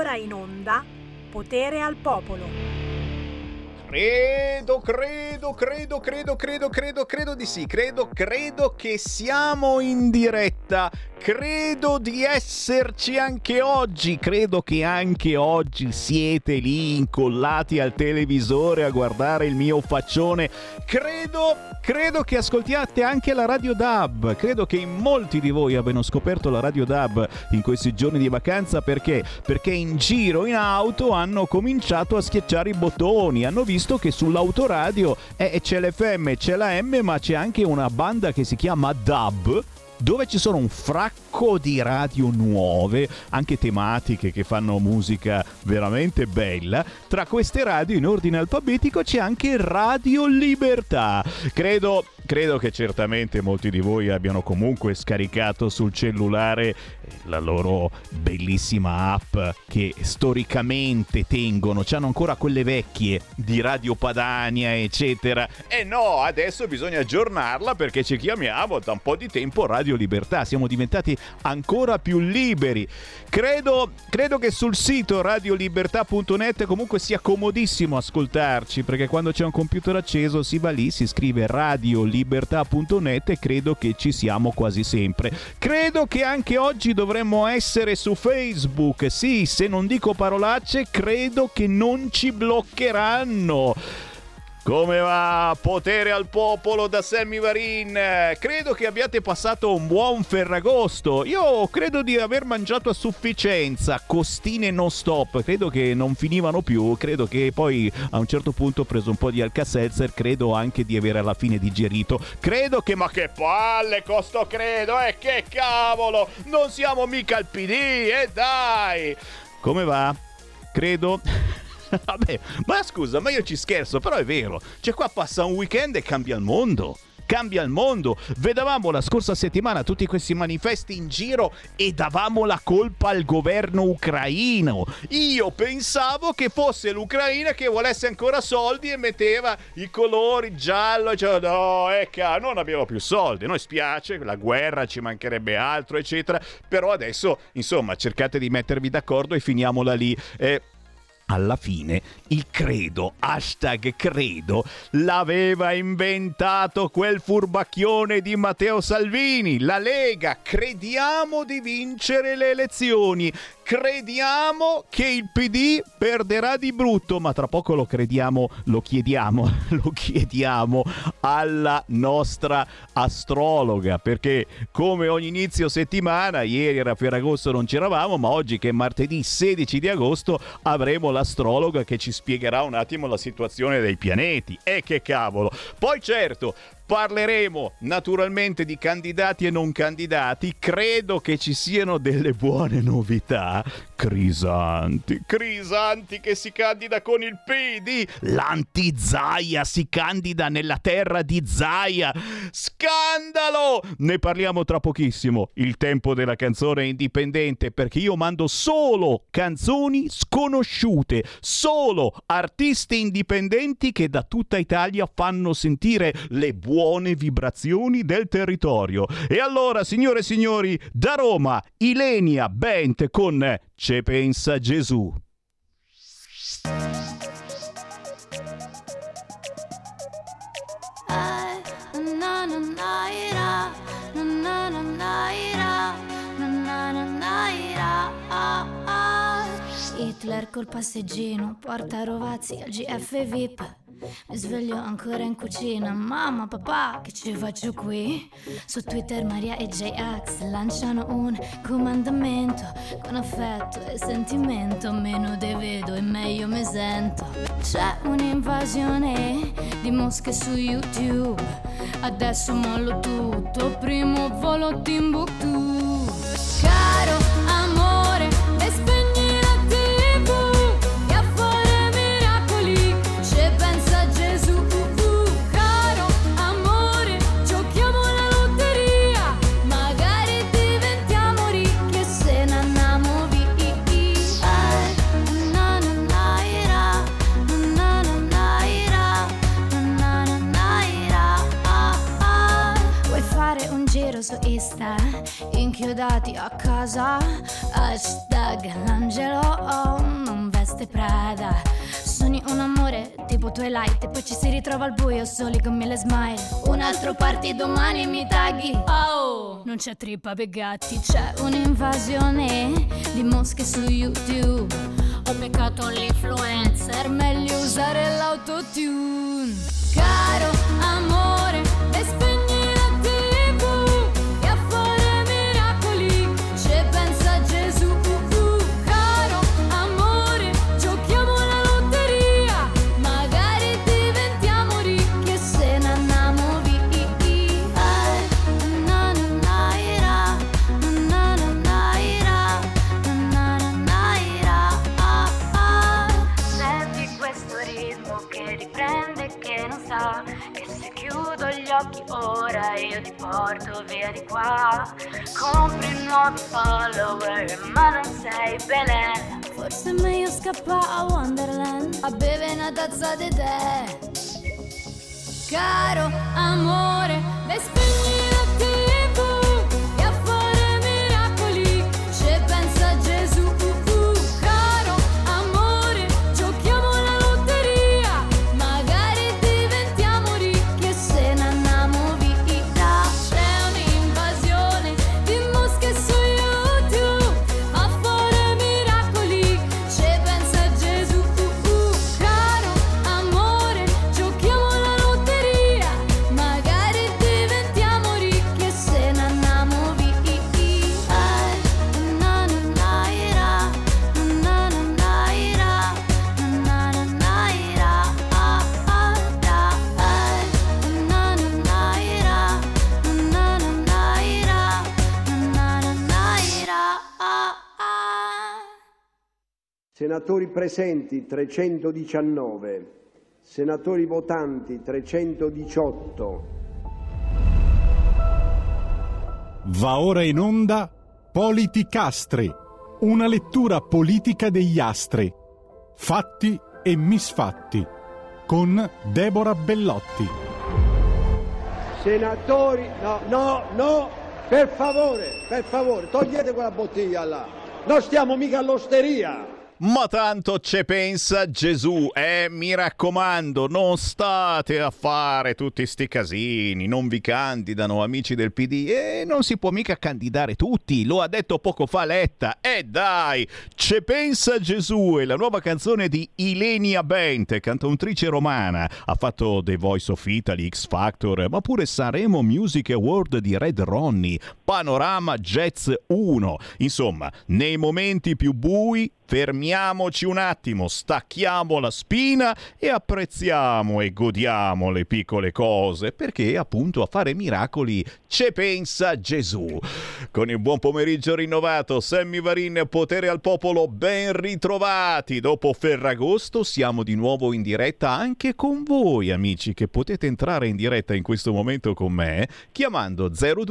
ora in onda Potere al Popolo. Credo di sì, credo che siamo in diretta, credo di esserci anche oggi, credo che anche oggi siete lì incollati al televisore a guardare il mio faccione, credo che ascoltiate anche la Radio DAB, credo che in molti di voi abbiano scoperto la Radio DAB in questi giorni di vacanza, perché in giro in auto hanno cominciato a schiacciare i bottoni, hanno visto che sull'autoradio c'è l'FM, c'è la M, ma c'è anche una banda che si chiama DAB, dove ci sono un fracco di radio nuove, anche tematiche, che fanno musica veramente bella. Tra queste radio in ordine alfabetico c'è anche Radio Libertà. Credo che certamente molti di voi abbiano comunque scaricato sul cellulare la loro bellissima app che storicamente tengono, c'hanno ancora quelle vecchie di Radio Padania eccetera, e no, adesso bisogna aggiornarla perché ci chiamiamo da un po' di tempo Radio Libertà, siamo diventati ancora più liberi. Credo che sul sito radiolibertà.net comunque sia comodissimo ascoltarci, perché quando c'è un computer acceso si va lì, si scrive radiolibertà.net e credo che ci siamo quasi sempre. Credo che anche oggi dovremmo essere su Facebook, sì, se non dico parolacce credo che non ci bloccheranno. Come va? Potere al popolo da Sammy Varin. Credo che abbiate passato un buon Ferragosto. Io credo di aver mangiato a sufficienza, costine non stop, credo che non finivano più, credo che poi a un certo punto ho preso un po' di Alka-Seltzer, credo anche di aver alla fine digerito. Credo che, ma che palle costo credo, che cavolo, non siamo mica al PD, dai. Come va? Credo... Vabbè, ma scusa, ma io ci scherzo, però è vero. Cioè qua passa un weekend e cambia il mondo. Vedevamo la scorsa settimana tutti questi manifesti in giro e davamo la colpa al governo ucraino. Io pensavo che fosse l'Ucraina che volesse ancora soldi e metteva i colori giallo, cioè no, non abbiamo più soldi, noi spiace, la guerra, ci mancherebbe altro eccetera, però adesso insomma cercate di mettervi d'accordo e finiamola lì. Alla fine il credo, #credo, l'aveva inventato quel furbacchione di Matteo Salvini, la Lega. Crediamo di vincere le elezioni, crediamo che il PD perderà di brutto, ma tra poco lo chiediamo alla nostra astrologa, perché come ogni inizio settimana, ieri era Ferragosto, non c'eravamo, ma oggi che è martedì 16 di agosto avremo l'astrologa che ci spiegherà un attimo la situazione dei pianeti. Che cavolo! Poi certo, parleremo naturalmente di candidati e non candidati. Credo che ci siano delle buone novità. Crisanti che si candida con il PD. L'anti-Zaia si candida nella terra di Zaia. Scandalo! Ne parliamo tra pochissimo. Il tempo della canzone indipendente, perché io mando solo canzoni sconosciute, solo artisti indipendenti che da tutta Italia fanno sentire le buone vibrazioni del territorio. E allora, signore e signori, da Roma, Ilenia Bent con Ce pensa Gesù. Hitler col passeggino porta Rovazzi al GF VIP. Mi sveglio ancora in cucina. Mamma, papà, che ci faccio qui? Su Twitter Maria e J-Ax lanciano un comandamento con affetto e sentimento. Meno te vedo e meglio mi sento. C'è un'invasione di mosche su YouTube. Adesso mollo tutto, primo volo Timbuktu. Caro amore, e spegni la TV e a fare miracoli ci pensa Gesù. Caro amore, giochiamo la lotteria, magari diventiamo ricchi e se ne andiamo via. Na na na ira, na na na ira, na na na ira. Vuoi fare un giro su Insta? In casa. Hashtag l'angelo non veste Prada. Sogni un amore tipo Twilight e poi ci si ritrova al buio soli con 1000 smile. Un altro party domani mi tagli. Oh, non c'è trippa per gatti. C'è un'invasione di mosche su YouTube. Ho peccato l'influencer, meglio usare l'autotune. Caro amore, e spegni la TV e a fare miracoli ci pensa Gesù. Caro amore, giochiamo la lotteria, magari diventiamo ricchi e se ne andiamo via. Na na na ira, na na na ira, na na na ira. Senti questo ritmo che riprende e che non sa che se chiudo gli occhi ora io ti porto via di qua. Compri nuovi follower ma non sei Belen. Forse è meglio scappare a Wonderland a bere una tazza di tè. Caro amore, e spegni la TV e a fare miracoli ci pensa Gesù. Caro amore, giochiamo la lotteria, magari diventiamo ricchi e se ne andiamo via. C'è un'invasione di mosche su YouTube, a fare miracoli ci pensa Gesù. Caro amore, giochiamo la lotteria, magari diventiamo ricchi e se ne andiamo via. Na na na ira, na na na ira, na na na ira. Na na na ira, na na na ira, na na na ira. Senatori presenti 319, senatori votanti 318. Va ora in onda Politicastri, una lettura politica degli astri, fatti e misfatti, con Deborah Bellotti. Senatori, no, per favore, togliete quella bottiglia là. Non stiamo mica all'osteria. Ma tanto ce pensa Gesù, mi raccomando, non state a fare tutti sti casini, non vi candidano amici del PD e non si può mica candidare tutti, lo ha detto poco fa Letta, dai, ce pensa Gesù è la nuova canzone di Ilenia Bente, cantautrice romana, ha fatto The Voice of Italy, X Factor, ma pure Sanremo Music Award di Red Ronnie, Panorama Jazz 1, insomma, nei momenti più bui fermiamoci un attimo, stacchiamo la spina e apprezziamo e godiamo le piccole cose, perché appunto a fare miracoli ce pensa Gesù. Con il buon pomeriggio rinnovato, Sammy Varin, Potere al Popolo, ben ritrovati. Dopo Ferragosto siamo di nuovo in diretta anche con voi, amici, che potete entrare in diretta in questo momento con me chiamando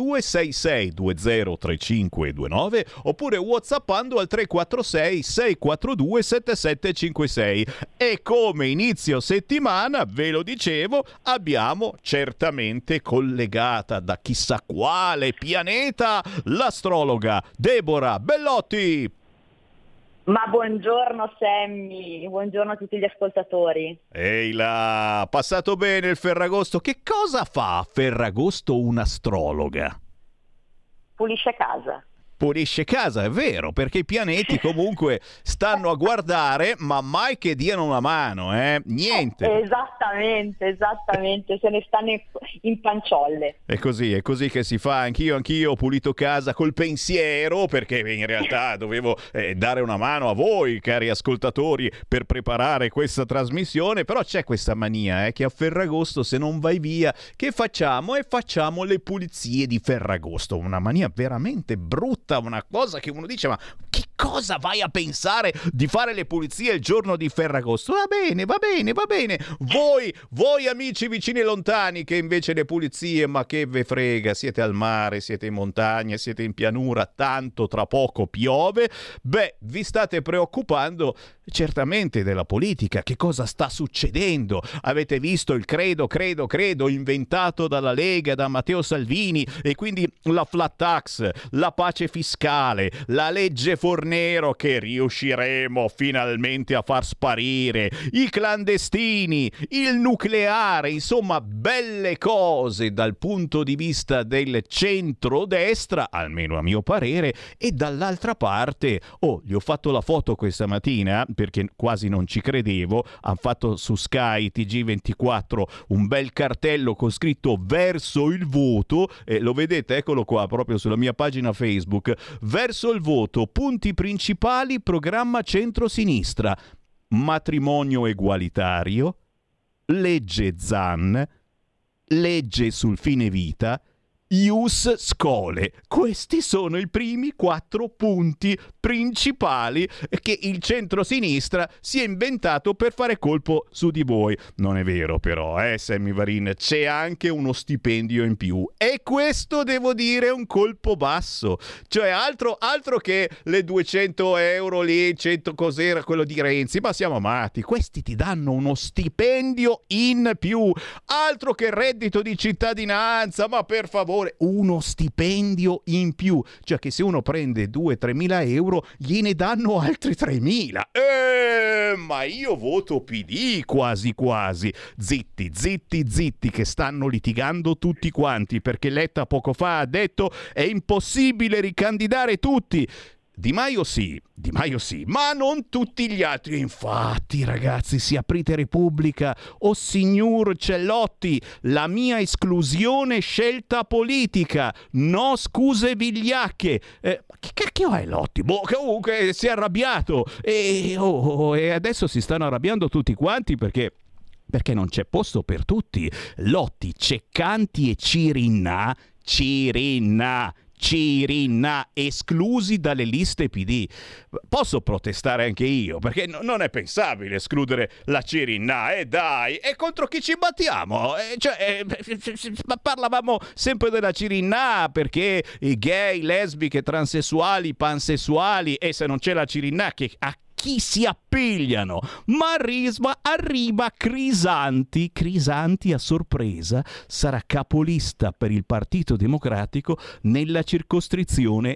0266203529 oppure whatsappando al 346 642 7756. E come inizio settimana, ve lo dicevo, abbiamo certamente collegata da chissà quale pianeta l'astrologa Deborah Bellotti. Ma buongiorno Sammy, buongiorno a tutti gli ascoltatori. Ehi là, passato bene il Ferragosto? Che cosa fa a Ferragosto un'astrologa? Pulisce casa. Pulisce casa, è vero, perché i pianeti comunque stanno a guardare, ma mai che diano una mano, niente. Esattamente, se ne stanno in panciolle. È così che si fa, anch'io ho pulito casa col pensiero, perché in realtà dovevo dare una mano a voi, cari ascoltatori, per preparare questa trasmissione, però c'è questa mania, che a Ferragosto se non vai via, che facciamo? E facciamo le pulizie di Ferragosto, una mania veramente brutta, una cosa che uno dice, ma che cosa vai a pensare di fare le pulizie il giorno di Ferragosto? Va bene. Voi amici vicini e lontani che invece le pulizie, ma che ve frega, siete al mare, siete in montagna, siete in pianura, tanto tra poco piove, vi state preoccupando certamente della politica. Che cosa sta succedendo? Avete visto il credo inventato dalla Lega, da Matteo Salvini, e quindi la flat tax, la pace fiscale, la legge Fornero che riusciremo finalmente a far sparire, i clandestini, il nucleare, insomma belle cose dal punto di vista del centrodestra, almeno a mio parere. E dall'altra parte, gli ho fatto la foto questa mattina perché quasi non ci credevo, hanno fatto su Sky TG24 un bel cartello con scritto verso il voto, lo vedete, eccolo qua proprio sulla mia pagina Facebook, verso il voto, punti principali, programma centrosinistra, matrimonio egualitario, legge Zan, legge sul fine vita, ius schole. Questi sono i primi 4 punti principali che il centro-sinistra si è inventato per fare colpo su di voi. Non è vero però, Sammy Varin, c'è anche uno stipendio in più, e questo devo dire è un colpo basso, cioè altro che le 200 euro lì, 100 cos'era quello di Renzi, ma siamo amati, questi ti danno uno stipendio in più, altro che reddito di cittadinanza, ma per favore, uno stipendio in più, cioè che se uno prende 2-3 mila euro gliene danno altri 3.000. Ma io voto PD quasi. Zitti che stanno litigando tutti quanti, perché Letta poco fa ha detto è impossibile ricandidare tutti. Di Maio sì, ma non tutti gli altri. Infatti, ragazzi, se aprite Repubblica, signor Cellotti, la mia esclusione scelta politica, no scuse vigliacche. Che cacchio è Lotti? Comunque si è arrabbiato e adesso si stanno arrabbiando tutti quanti perché non c'è posto per tutti. Lotti, Ceccanti e Cirinna esclusi dalle liste PD. Posso protestare anche io, perché non è pensabile escludere la Cirinna, dai, e contro chi ci battiamo? Parlavamo sempre della Cirinna perché i gay, lesbiche, transessuali, pansessuali, e se non c'è la Cirinna, a chi si appigliano? Ma arriva Crisanti a sorpresa sarà capolista per il Partito Democratico nella circoscrizione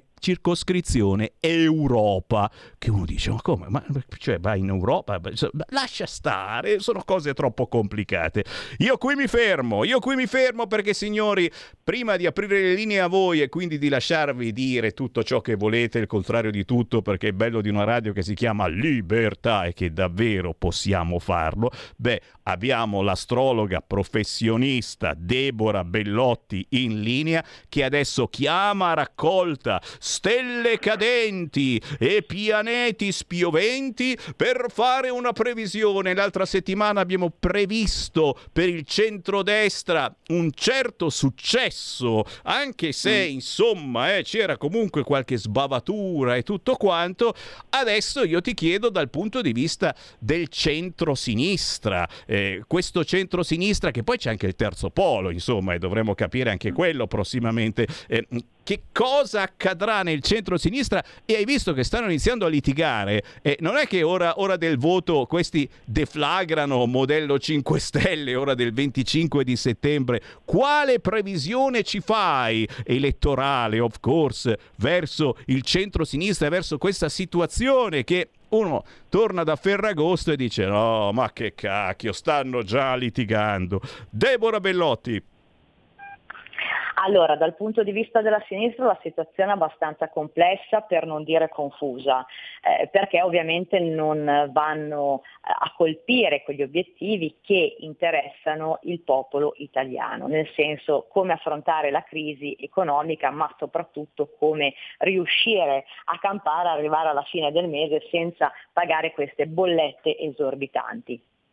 Europa, che uno dice ma come, cioè vai in Europa, lascia stare, sono cose troppo complicate. Io qui mi fermo perché, signori, prima di aprire le linee a voi e quindi di lasciarvi dire tutto ciò che volete, il contrario di tutto, perché è bello di una radio che si chiama Libertà e che davvero possiamo farlo, abbiamo l'astrologa professionista Deborah Bellotti in linea, che adesso chiama a raccolta stelle cadenti e pianeti spioventi per fare una previsione. L'altra settimana abbiamo previsto per il centrodestra un certo successo, anche se insomma c'era comunque qualche sbavatura e tutto quanto. Adesso io ti chiedo dal punto di vista del centro-sinistra, questo centro-sinistra, che poi c'è anche il terzo polo, insomma, e dovremo capire anche quello prossimamente. Che cosa accadrà nel centro-sinistra? E hai visto che stanno iniziando a litigare. Non è che ora del voto questi deflagrano modello 5 Stelle, ora del 25 di settembre. Quale previsione ci fai? Elettorale, of course, verso il centro-sinistra, verso questa situazione che uno torna da Ferragosto e dice no, ma che cacchio, stanno già litigando. Deborah Bellotti. Allora, dal punto di vista della sinistra la situazione è abbastanza complessa, per non dire confusa, perché ovviamente non vanno a colpire quegli obiettivi che interessano il popolo italiano, nel senso come affrontare la crisi economica, ma soprattutto come riuscire a campare, arrivare alla fine del mese senza pagare queste bollette esorbitanti.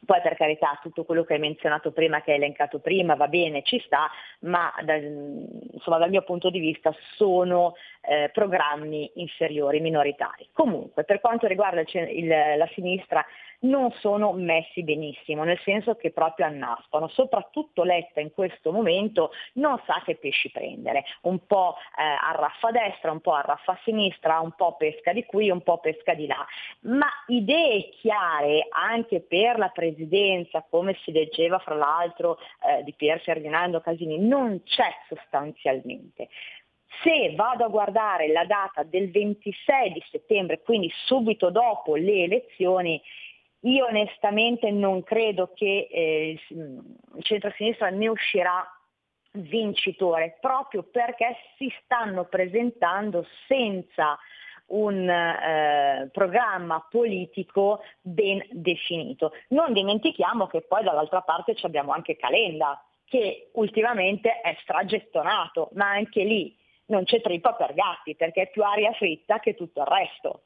Poi per carità tutto quello che hai menzionato prima, che hai elencato prima, va bene, ci sta, ma insomma, dal mio punto di vista sono programmi inferiori, minoritari. Comunque per quanto riguarda la sinistra non sono messi benissimo, nel senso che proprio annaspano, soprattutto Letta in questo momento non sa che pesci prendere, un po' arraffa a destra, un po' arraffa a sinistra, un po' pesca di qui, un po' pesca di là, ma idee chiare anche per la presidenza, come si leggeva fra l'altro di Pier Ferdinando Casini, non c'è sostanzialmente. Se vado a guardare la data del 26 di settembre, quindi subito dopo le elezioni, io onestamente non credo che il centro-sinistra ne uscirà vincitore, proprio perché si stanno presentando senza un programma politico ben definito. Non dimentichiamo che poi dall'altra parte abbiamo anche Calenda, che ultimamente è stragettonato, ma anche lì non c'è trippa per gatti, perché è più aria fritta che tutto il resto.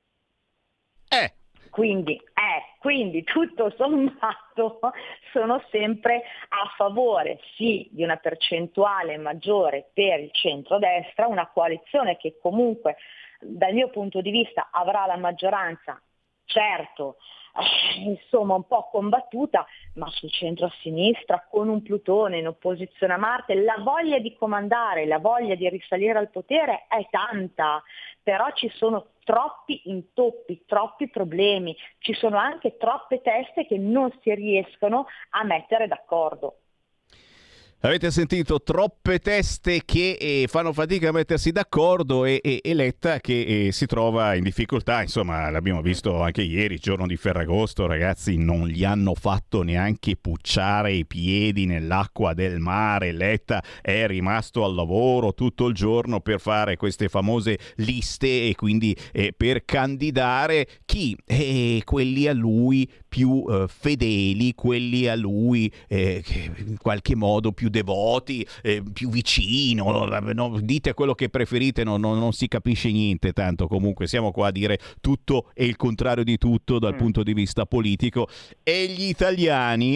Quindi tutto sommato sono sempre a favore sì di una percentuale maggiore per il centrodestra, una coalizione che comunque dal mio punto di vista avrà la maggioranza, certo, insomma un po' combattuta, ma sul centro-sinistra con un Plutone in opposizione a Marte la voglia di comandare, la voglia di risalire al potere è tanta, però ci sono troppi intoppi, troppi problemi, ci sono anche troppe teste che non si riescono a mettere d'accordo. Avete sentito, troppe teste che fanno fatica a mettersi d'accordo e Letta che si trova in difficoltà, insomma l'abbiamo visto anche ieri, giorno di Ferragosto, ragazzi, non gli hanno fatto neanche pucciare i piedi nell'acqua del mare, Letta è rimasto al lavoro tutto il giorno per fare queste famose liste e quindi per candidare chi? Quelli a lui più fedeli, quelli a lui che in qualche modo più devoti, più vicino, no? Dite quello che preferite, non si capisce niente, tanto comunque siamo qua a dire tutto e il contrario di tutto dal punto di vista politico, e gli italiani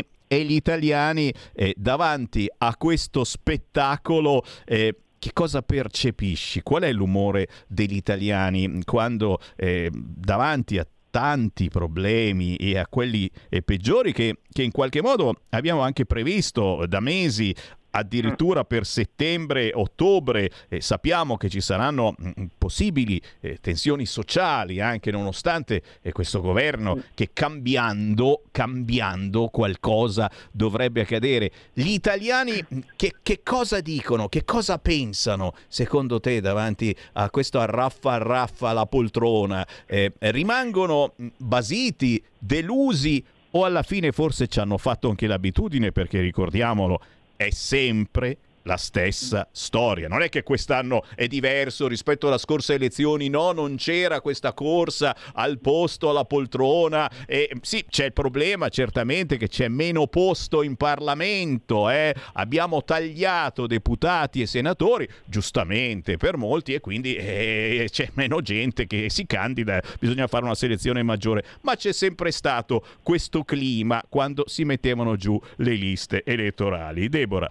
davanti a questo spettacolo che cosa percepisci? Qual è l'umore degli italiani quando davanti a tanti problemi e a quelli peggiori che in qualche modo abbiamo anche previsto da mesi, addirittura per settembre, ottobre, sappiamo che ci saranno possibili tensioni sociali anche nonostante questo governo che cambiando qualcosa dovrebbe accadere. Gli italiani che cosa dicono, che cosa pensano secondo te davanti a questo arraffa la poltrona? Rimangono basiti, delusi o alla fine forse ci hanno fatto anche l'abitudine, perché ricordiamolo, è sempre la stessa storia. Non è che quest'anno è diverso rispetto alla scorsa elezioni, no, non c'era questa corsa al posto, alla poltrona. Sì, c'è il problema certamente che c'è meno posto in Parlamento, abbiamo tagliato deputati e senatori, giustamente per molti, e quindi c'è meno gente che si candida, bisogna fare una selezione maggiore, ma c'è sempre stato questo clima quando si mettevano giù le liste elettorali. Deborah.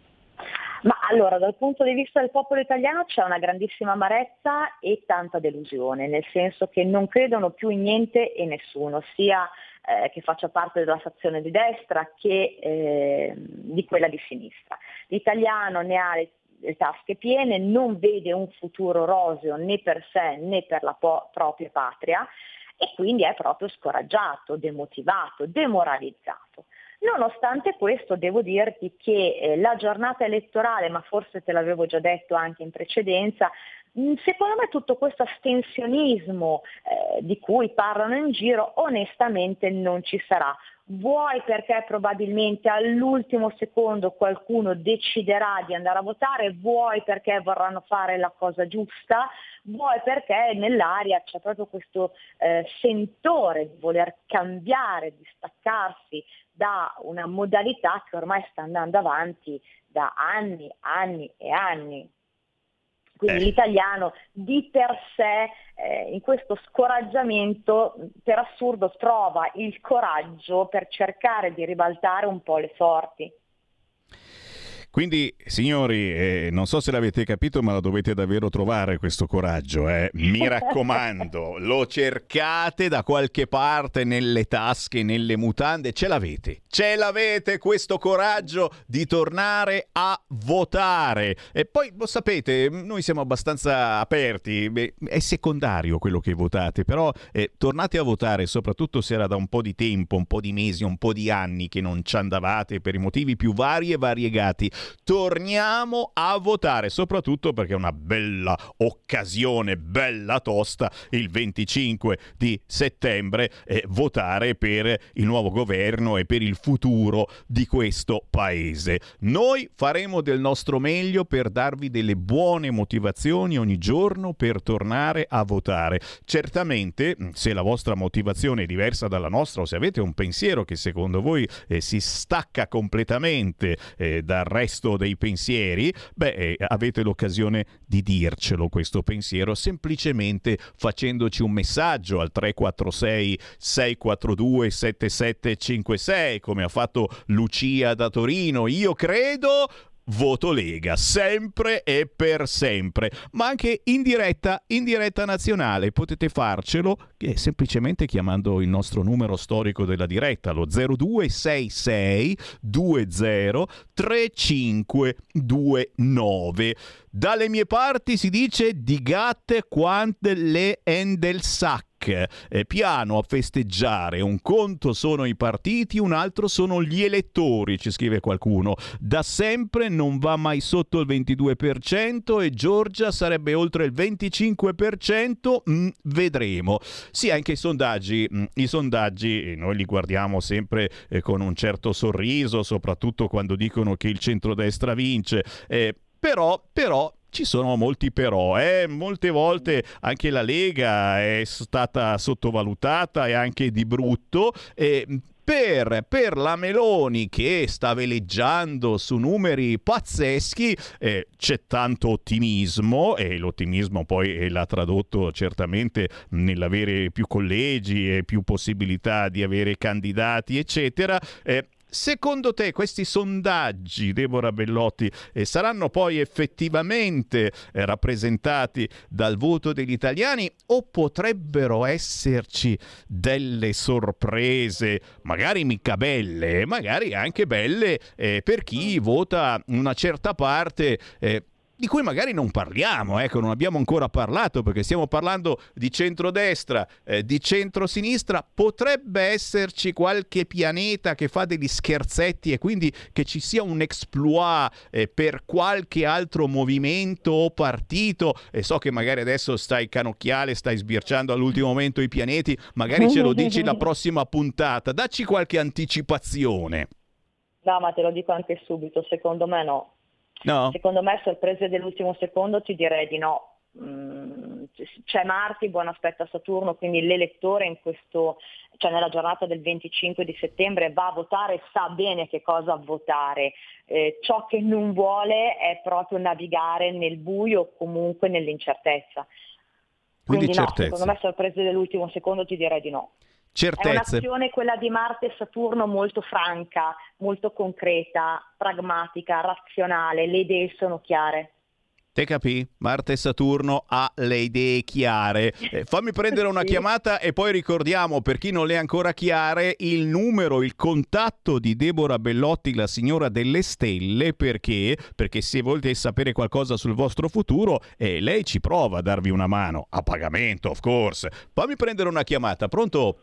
Ma allora, dal punto di vista del popolo italiano c'è una grandissima amarezza e tanta delusione, nel senso che non credono più in niente e nessuno, sia che faccia parte della fazione di destra che di quella di sinistra. L'italiano ne ha le tasche piene, non vede un futuro roseo né per sé né per la propria patria e quindi è proprio scoraggiato, demotivato, demoralizzato. Nonostante questo devo dirti che la giornata elettorale, ma forse te l'avevo già detto anche in precedenza, secondo me tutto questo astensionismo di cui parlano in giro onestamente non ci sarà. Vuoi perché probabilmente all'ultimo secondo qualcuno deciderà di andare a votare, vuoi perché vorranno fare la cosa giusta, vuoi perché nell'aria c'è proprio questo sentore di voler cambiare, di staccarsi da una modalità che ormai sta andando avanti da anni e anni. Quindi l'italiano di per sé in questo scoraggiamento per assurdo trova il coraggio per cercare di ribaltare un po' le sorti. Quindi, signori, non so se l'avete capito, ma lo dovete davvero trovare questo coraggio, Mi raccomando, lo cercate da qualche parte, nelle tasche, nelle mutande, ce l'avete questo coraggio di tornare a votare. E poi, lo sapete, noi siamo abbastanza aperti, è secondario quello che votate, però tornate a votare, soprattutto se era da un po' di tempo, un po' di mesi, un po' di anni che non ci andavate per i motivi più vari e variegati. Torniamo a votare, soprattutto perché è una bella occasione, bella tosta, il 25 di settembre, votare per il nuovo governo e per il futuro di questo paese. Noi faremo del nostro meglio per darvi delle buone motivazioni ogni giorno per tornare a votare. Certamente, se la vostra motivazione è diversa dalla nostra, o se avete un pensiero che secondo voi si stacca completamente dal resto dei pensieri, avete l'occasione di dircelo questo pensiero semplicemente facendoci un messaggio al 346 642 7756, come ha fatto Lucia da Torino. Io credo, voto Lega, sempre e per sempre, ma anche in diretta nazionale. Potete farcelo semplicemente chiamando il nostro numero storico della diretta, lo 0266 20 3529. Dalle mie parti si dice die Gatte quant le Endel Sack. Piano a festeggiare, un conto sono i partiti, un altro sono gli elettori, ci scrive qualcuno. Da sempre non va mai sotto il 22% e Giorgia sarebbe oltre il 25%, vedremo. Sì, anche i sondaggi noi li guardiamo sempre con un certo sorriso, soprattutto quando dicono che il centrodestra vince, però ci sono molti però, molte volte anche la Lega è stata sottovalutata e anche di brutto. Per la Meloni, che sta veleggiando su numeri pazzeschi, c'è tanto ottimismo, e l'ottimismo poi l'ha tradotto certamente nell'avere più collegi e più possibilità di avere candidati, eccetera. Secondo te questi sondaggi, Deborah Bellotti, saranno poi effettivamente rappresentati dal voto degli italiani, o potrebbero esserci delle sorprese, magari mica belle, magari anche belle per chi vota una certa parte di cui magari non parliamo, non abbiamo ancora parlato, perché stiamo parlando di centrodestra, di centrosinistra. Potrebbe esserci qualche pianeta che fa degli scherzetti e quindi che ci sia un exploit per qualche altro movimento o partito. E so che magari adesso stai sbirciando all'ultimo momento i pianeti, magari ce lo dici la prossima puntata. Dacci qualche anticipazione. No, ma te lo dico anche subito, secondo me no. No? Secondo me sorprese dell'ultimo secondo ti direi di no. C'è Marte, buon aspetto a Saturno, quindi l'elettore nella giornata del 25 di settembre va a votare, sa bene che cosa votare. Ciò che non vuole è proprio navigare nel buio o comunque nell'incertezza. Quindi no, secondo me sorprese dell'ultimo secondo ti direi di no. Certezze. È un'azione, quella di Marte e Saturno, molto franca, molto concreta, pragmatica, razionale, le idee sono chiare. Te capì? Marte e Saturno ha le idee chiare. Fammi prendere una chiamata e poi ricordiamo, per chi non le ha ancora chiare, il numero, il contatto di Deborah Bellotti, la signora delle stelle, perché se volete sapere qualcosa sul vostro futuro, lei ci prova a darvi una mano, a pagamento, of course. Fammi prendere una chiamata, pronto?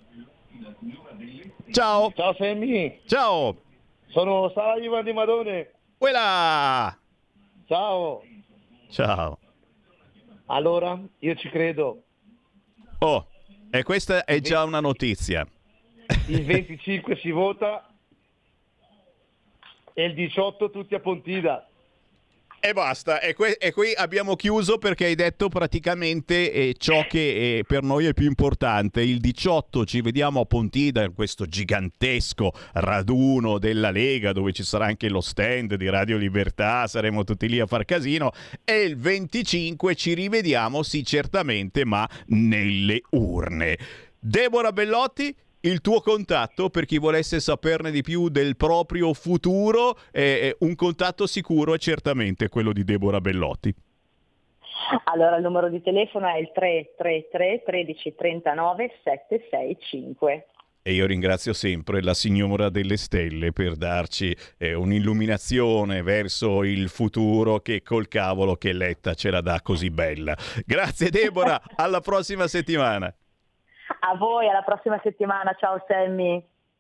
Ciao. Ciao Sammy. Ciao. Sono Sara Ivan di Madone. Quella. Ciao. Ciao. Allora, io ci credo. Oh, e questa è già una notizia. Il 25 si vota e il 18 tutti a Pontida. E basta, e qui abbiamo chiuso, perché hai detto praticamente ciò che per noi è più importante. Il 18 ci vediamo a Pontida, in questo gigantesco raduno della Lega, dove ci sarà anche lo stand di Radio Libertà, saremo tutti lì a far casino, e il 25 ci rivediamo, sì certamente, ma nelle urne. Deborah Bellotti, il tuo contatto per chi volesse saperne di più del proprio futuro, un contatto sicuro è certamente quello di Deborah Bellotti. Allora, il numero di telefono è il 333 13 39 765. E io ringrazio sempre la signora delle stelle per darci un'illuminazione verso il futuro, che col cavolo che Letta ce la dà così bella. Grazie Deborah, alla prossima settimana. A voi, alla prossima settimana. Ciao Sammy.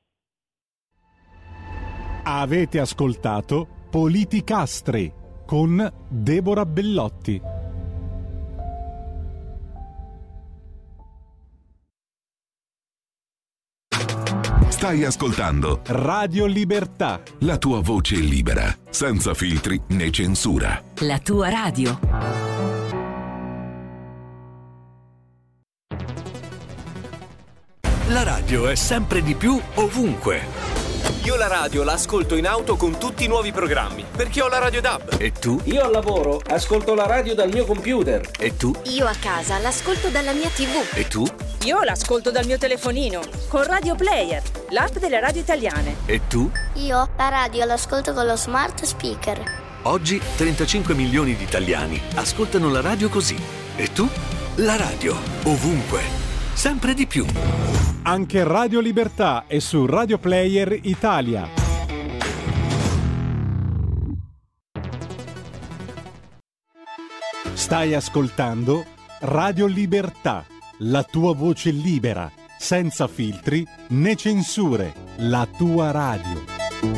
Avete ascoltato Politicastri con Deborah Bellotti. Stai ascoltando Radio Libertà, la tua voce libera, senza filtri né censura. La tua radio. La radio è sempre di più ovunque. Io la radio la ascolto in auto con tutti i nuovi programmi, perché ho la Radio DAB. E tu? Io al lavoro ascolto la radio dal mio computer. E tu? Io a casa l'ascolto dalla mia TV. E tu? Io l'ascolto dal mio telefonino, con Radio Player, l'app delle radio italiane. E tu? Io la radio l'ascolto con lo smart speaker. Oggi 35 milioni di italiani ascoltano la radio così. E tu? La radio, ovunque, sempre di più. Anche Radio Libertà è su Radio Player Italia. Stai ascoltando Radio Libertà, la tua voce libera, senza filtri né censure, la tua radio.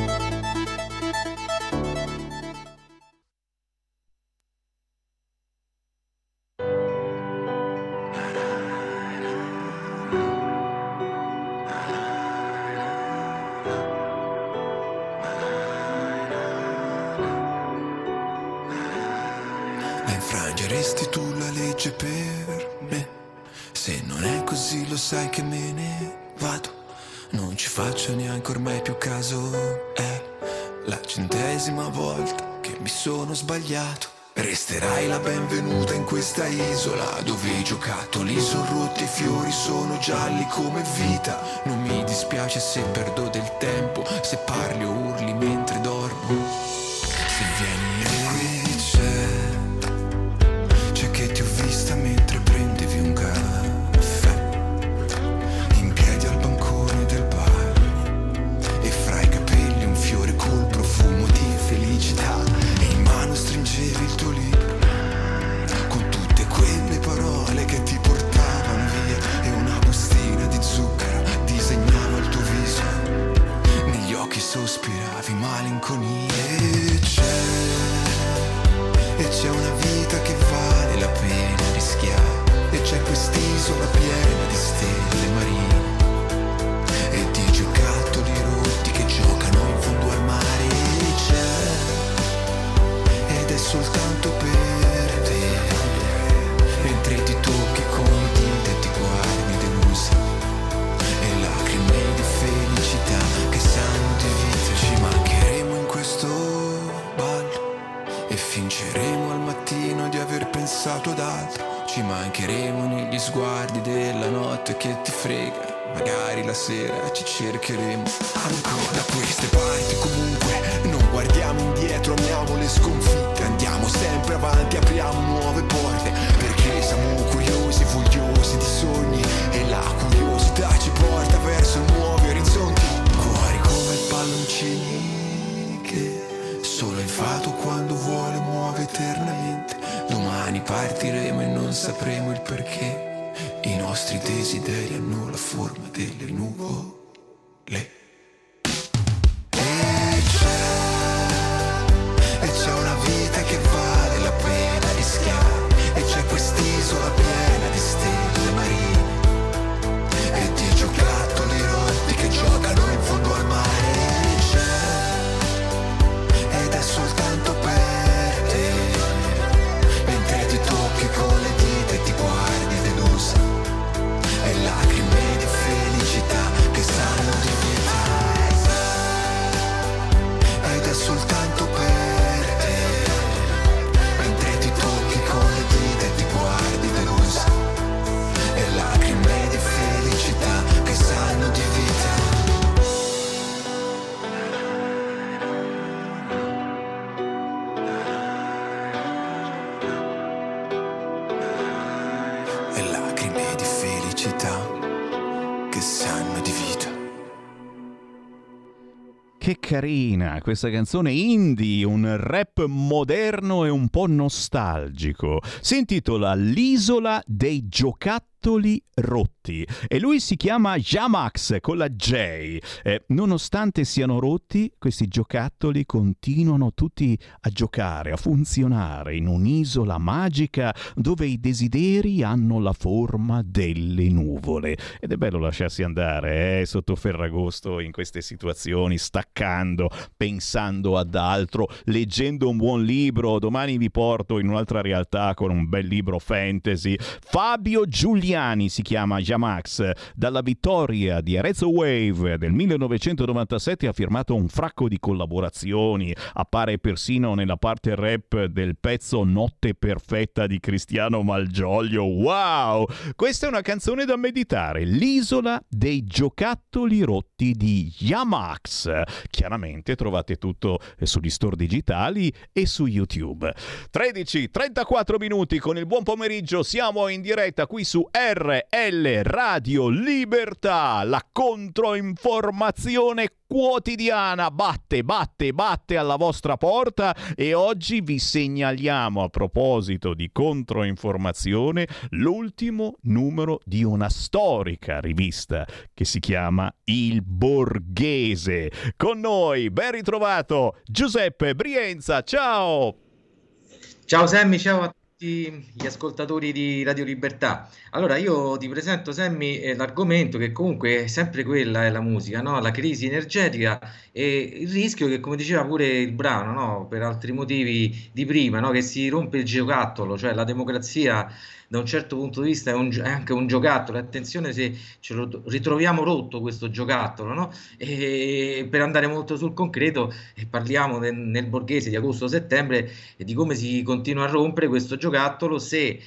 Infrangeresti tu la legge per me? Se non è così lo sai che me ne vado. Non ci faccio neanche ormai più caso. È la 100ª volta che mi sono sbagliato. Resterai la benvenuta in questa isola dove i giocattoli sono rotti e i fiori sono gialli come vita. Non mi dispiace se perdo del tempo, se parli o urli mentre dormo. Se vieni e c'è che ti ho vista mentre prendevi un caffè in piedi al bancone del bar e fra i capelli un fiore col profumo di felicità e in mano stringevi il tuo libro con tutte quelle parole che ti portavano via e una bustina di zucchero disegnava il tuo viso. Negli occhi sospiravi malinconia e c'è una vita che vale la pena rischiare e c'è quest'isola piena di stelle marine e di giocattoli rotti che giocano in fondo al mare e c'è ed è soltanto per te mentre ti tocchi con le dita e ti guardi delusa e lacrime di felicità che sanno di vita. Ci mancheremo in questo ballo e fingeremo al mattino di aver pensato ad altro. Ci mancheremo negli sguardi della notte che ti frega. Magari la sera ci cercheremo ancora da queste parti. Comunque non guardiamo indietro, amiamo le sconfitte. Andiamo sempre avanti, apriamo nuove porte perché siamo curiosi, vogliosi di sogni e la curiosità ci porta verso nuovi orizzonti. Cuori come palloncini che solo il fato quando vuole muove eternamente. Domani partiremo e non sapremo il perché. I nostri desideri hanno la forma delle nuvole. E c'è una vita che vale la pena rischiare e c'è quest'isola piena di stelle marine e di giocattoli rotti che giocano in fondo al mare. Ed è soltanto per te felicità che sanno di vita. Che carina questa canzone indie, un rap moderno e un po' nostalgico. Si intitola L'isola dei giocattoli rotti e lui si chiama Jamax con la J. Nonostante siano rotti, questi giocattoli continuano tutti a giocare, a funzionare in un'isola magica dove i desideri hanno la forma delle nuvole. Ed è bello lasciarsi andare sotto Ferragosto in queste situazioni, staccando, pensando ad altro, leggendo un buon libro. Domani vi porto in un'altra realtà con un bel libro fantasy. Fabio Giuliani si chiama Jamax, dalla vittoria di Arezzo Wave del 1997 ha firmato un fracco di collaborazioni, appare persino nella parte rap del pezzo Notte Perfetta di Cristiano Malgioglio. Wow! Questa è una canzone da meditare, L'isola dei giocattoli rotti di Jamax. Chiaramente trovate tutto sugli store digitali e su YouTube. 13:34 minuti con il buon pomeriggio, siamo in diretta qui su RL Radio Libertà, la controinformazione quotidiana batte alla vostra porta e oggi vi segnaliamo, a proposito di controinformazione, l'ultimo numero di una storica rivista che si chiama Il Borghese. Con noi, ben ritrovato, Giuseppe Brienza, ciao! Ciao Sammy, ciao a tutti gli ascoltatori di Radio Libertà. Allora io ti presento, Sammy, l'argomento che comunque è sempre quella, è la musica, no? La crisi energetica e il rischio che, come diceva pure il brano, no? Per altri motivi di prima, no? Che si rompe il giocattolo, cioè la democrazia da un certo punto di vista è anche un giocattolo. Attenzione se ce lo ritroviamo rotto questo giocattolo, no? E per andare molto sul concreto, parliamo nel Borghese di agosto-settembre di come si continua a rompere questo giocattolo se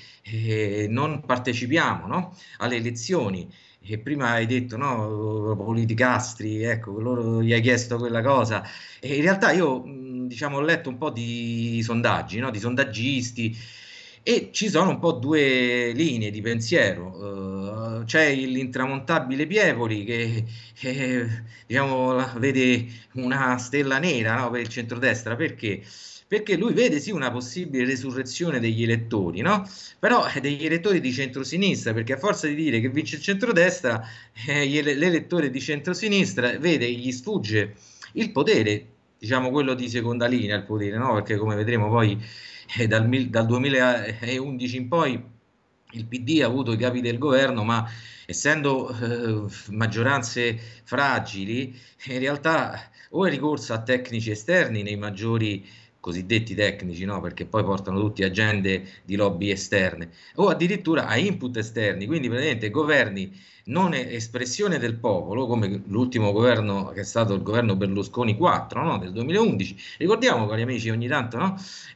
non partecipiamo, no? Alle elezioni. E prima hai detto, no, politicastri, ecco, loro gli hai chiesto quella cosa. E in realtà io, diciamo, ho letto un po' di sondaggi, no? Di sondaggisti, e ci sono un po' due linee di pensiero. C'è l'intramontabile Pievoli che diciamo, vede una stella nera, no, per il centrodestra. Perché? Perché lui vede sì una possibile resurrezione degli elettori, no? Però degli elettori di centrosinistra, perché a forza di dire che vince il centrodestra, l'elettore di centrosinistra vede, gli sfugge il potere, diciamo quello di seconda linea, il potere, no? Perché come vedremo poi dal 2011 in poi il PD ha avuto i capi del governo, ma essendo maggioranze fragili, in realtà o è ricorso a tecnici esterni nei maggiori cosiddetti tecnici, no? Perché poi portano tutti agende di lobby esterne, o addirittura a input esterni, quindi praticamente governi non espressione del popolo, come l'ultimo governo che è stato il governo Berlusconi 4, no? Del 2011. Ricordiamo, cari amici, ogni tanto, no?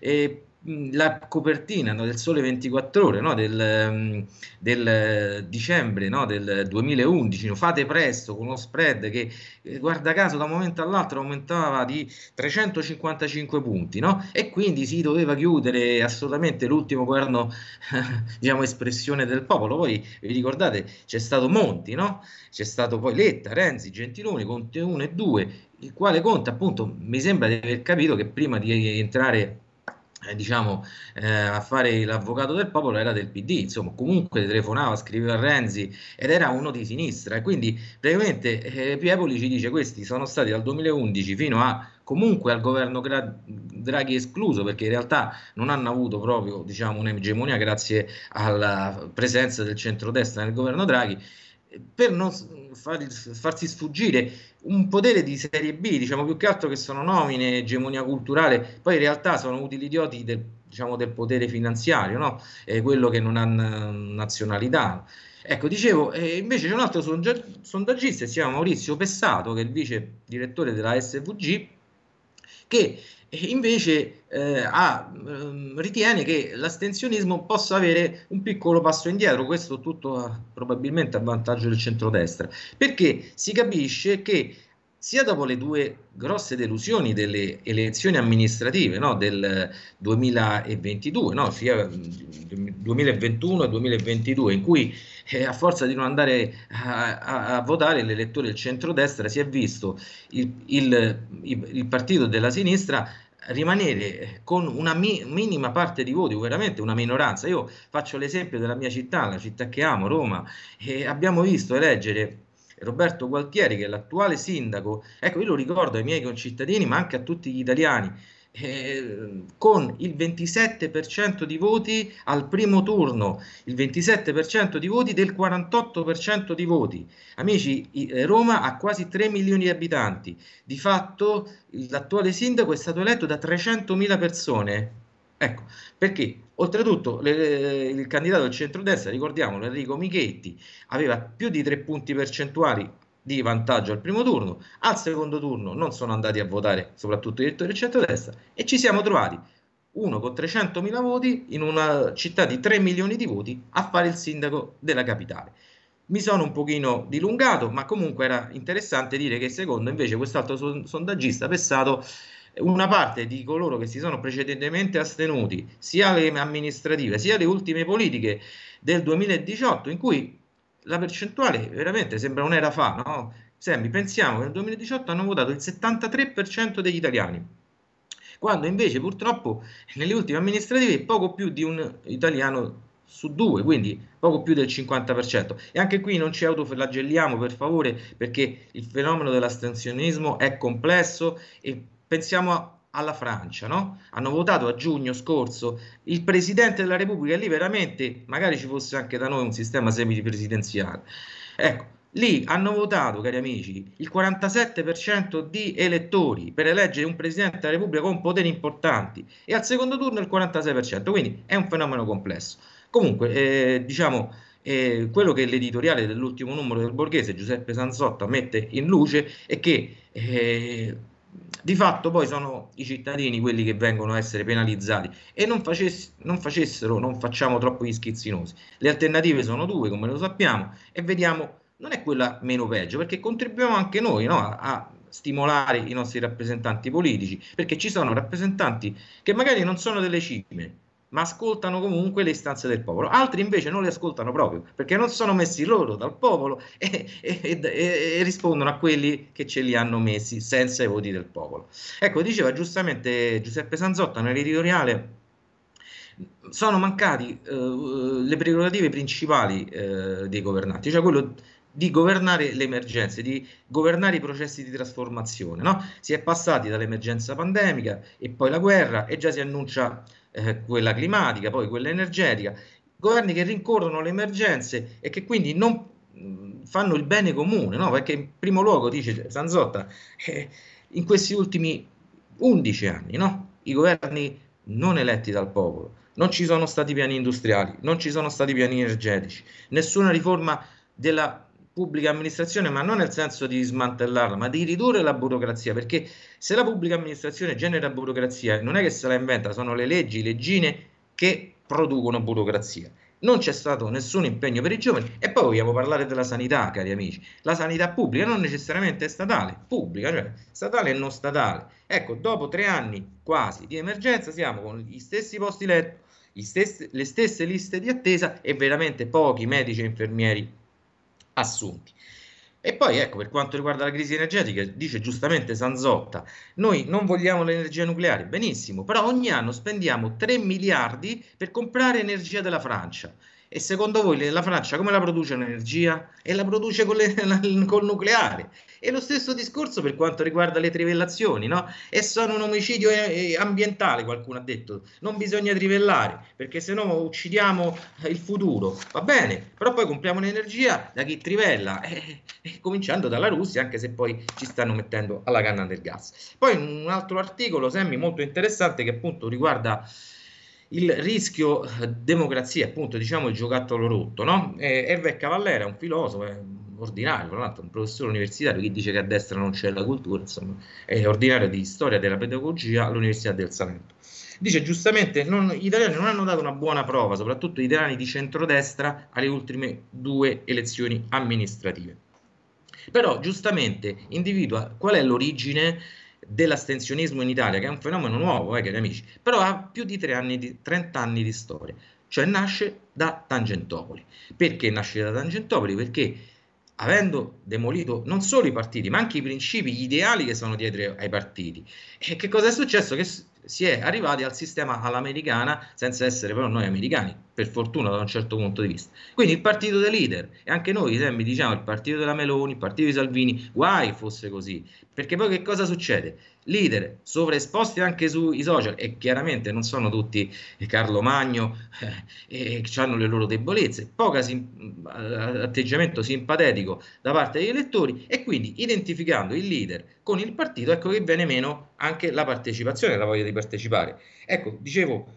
La copertina, no, del Sole 24 Ore, no, del dicembre, no, del 2011, no, fate presto, con uno spread che guarda caso da un momento all'altro aumentava di 355 punti, no? E quindi si doveva chiudere assolutamente l'ultimo governo diciamo espressione del popolo. Poi vi ricordate, c'è stato Monti, no? C'è stato poi Letta, Renzi, Gentiloni, Conte 1 e 2, il quale Conte, appunto, mi sembra di aver capito che prima di entrare a fare l'avvocato del popolo era del PD, insomma, comunque telefonava, scriveva a Renzi ed era uno di sinistra. E quindi praticamente Piepoli ci dice: questi sono stati dal 2011 fino a comunque al governo Draghi escluso, perché in realtà non hanno avuto proprio, diciamo, un'egemonia grazie alla presenza del centrodestra nel governo Draghi, per non farsi sfuggire un potere di serie B, diciamo, più che altro che sono nomine, egemonia culturale, poi in realtà sono utili idioti del potere finanziario, no? Quello che non ha nazionalità. Ecco, dicevo, invece c'è un altro sondaggista, si chiama Maurizio Pessato, che è il vice direttore della SVG, che invece ritiene che l'astensionismo possa avere un piccolo passo indietro, questo tutto probabilmente a vantaggio del centrodestra, perché si capisce che sia dopo le due grosse delusioni delle elezioni amministrative, no, del 2022, no, sia 2021 e 2022, in cui a forza di non andare a votare l'elettore del centrodestra si è visto il partito della sinistra rimanere con una minima parte di voti, veramente una minoranza. Io faccio l'esempio della mia città, la città che amo, Roma, e abbiamo visto eleggere Roberto Gualtieri, che è l'attuale sindaco. Ecco, io lo ricordo ai miei concittadini, ma anche a tutti gli italiani, con il 27% di voti al primo turno, il 27% di voti del 48% di voti. Amici, Roma ha quasi 3 milioni di abitanti, di fatto l'attuale sindaco è stato eletto da 300.000 persone. Ecco, perché oltretutto il candidato del centrodestra, ricordiamolo, Enrico Michetti, aveva più di 3 punti percentuali di vantaggio al primo turno, al secondo turno non sono andati a votare soprattutto i elettori del centrodestra e ci siamo trovati uno con 300.000 voti in una città di 3 milioni di voti a fare il sindaco della capitale. Mi sono un pochino dilungato, ma comunque era interessante dire che secondo invece quest'altro sondaggista Pessato, una parte di coloro che si sono precedentemente astenuti, sia le amministrative sia le ultime politiche del 2018, in cui la percentuale veramente sembra un'era fa, no? Sammy, pensiamo che nel 2018 hanno votato il 73% degli italiani, quando invece purtroppo nelle ultime amministrative poco più di un italiano su due, quindi poco più del 50%. E anche qui non ci autoflagelliamo, per favore, perché il fenomeno dell'astensionismo è complesso e pensiamo alla Francia, no? Hanno votato a giugno scorso il Presidente della Repubblica, e lì veramente magari ci fosse anche da noi un sistema semipresidenziale. Ecco, lì hanno votato, cari amici, il 47% di elettori per eleggere un Presidente della Repubblica con poteri importanti e al secondo turno il 46%, quindi è un fenomeno complesso. Comunque, diciamo, quello che l'editoriale dell'ultimo numero del Borghese, Giuseppe Sanzotta, mette in luce è che di fatto poi sono i cittadini quelli che vengono a essere penalizzati e non facciamo troppo gli schizzinosi. Le alternative sono due, come lo sappiamo, e vediamo, non è quella meno peggio, perché contribuiamo anche noi, no, a stimolare i nostri rappresentanti politici, perché ci sono rappresentanti che magari non sono delle cime, ma ascoltano comunque le istanze del popolo. Altri invece non le ascoltano proprio, perché non sono messi loro dal popolo e rispondono a quelli che ce li hanno messi senza i voti del popolo. Ecco, diceva giustamente Giuseppe Sanzotta nell'editoriale, sono mancati le prerogative principali dei governanti, cioè quello di governare le emergenze, di governare i processi di trasformazione, no? Si è passati dall'emergenza pandemica e poi la guerra e già si annuncia quella climatica, poi quella energetica, governi che rincorrono le emergenze e che quindi non fanno il bene comune, no? Perché in primo luogo, dice Sanzotta, in questi ultimi 11 anni, no? I governi non eletti dal popolo, non ci sono stati piani industriali, non ci sono stati piani energetici, nessuna riforma della pubblica amministrazione, ma non nel senso di smantellarla, ma di ridurre la burocrazia, perché se la pubblica amministrazione genera burocrazia, non è che se la inventa, sono le leggi, leggine che producono burocrazia. Non c'è stato nessun impegno per i giovani. E poi vogliamo parlare della sanità, cari amici. La sanità pubblica non necessariamente è statale, pubblica, cioè statale e non statale. Ecco, dopo 3 anni quasi di emergenza siamo con gli stessi posti letto, le stesse liste di attesa e veramente pochi medici e infermieri assunti. E poi ecco, per quanto riguarda la crisi energetica, dice giustamente Sanzotta, noi non vogliamo l'energia nucleare, benissimo, però ogni anno spendiamo 3 miliardi per comprare energia della Francia. E secondo voi la Francia come la produce l'energia? E la produce col nucleare. E lo stesso discorso per quanto riguarda le trivellazioni, no? E sono un omicidio ambientale, qualcuno ha detto. Non bisogna trivellare, perché se no uccidiamo il futuro. Va bene, però poi compriamo l'energia da chi trivella, cominciando dalla Russia, anche se poi ci stanno mettendo alla canna del gas. Poi un altro articolo, Sammy, molto interessante, che appunto riguarda il rischio democrazia, appunto, diciamo il giocattolo rotto, no? Hervé Cavallera, un filosofo ordinario, tra l'altro un professore universitario, chi dice che a destra non c'è la cultura, insomma, è ordinario di storia della pedagogia all'Università del Salento. Dice giustamente, gli italiani non hanno dato una buona prova, soprattutto gli italiani di centrodestra, alle ultime 2 elezioni amministrative. Però giustamente individua qual è l'origine dell'astensionismo in Italia, che è un fenomeno nuovo, cari amici, però ha più di 30 anni di storia, cioè nasce da Tangentopoli. Perché nasce da Tangentopoli? Perché avendo demolito non solo i partiti, ma anche i principi, gli ideali che sono dietro ai partiti, e che cosa è successo? Che si è arrivati al sistema all'americana, senza essere però noi americani, per fortuna da un certo punto di vista. Quindi il partito dei leader, e anche noi sempre diciamo il partito della Meloni, il partito di Salvini, guai fosse così, perché poi che cosa succede? Leader sovraesposti anche sui social, e chiaramente non sono tutti Carlo Magno, e hanno le loro debolezze, poco atteggiamento simpatetico da parte degli elettori, e quindi identificando il leader con il partito, ecco che viene meno anche la partecipazione, la voglia di partecipare. Ecco, dicevo,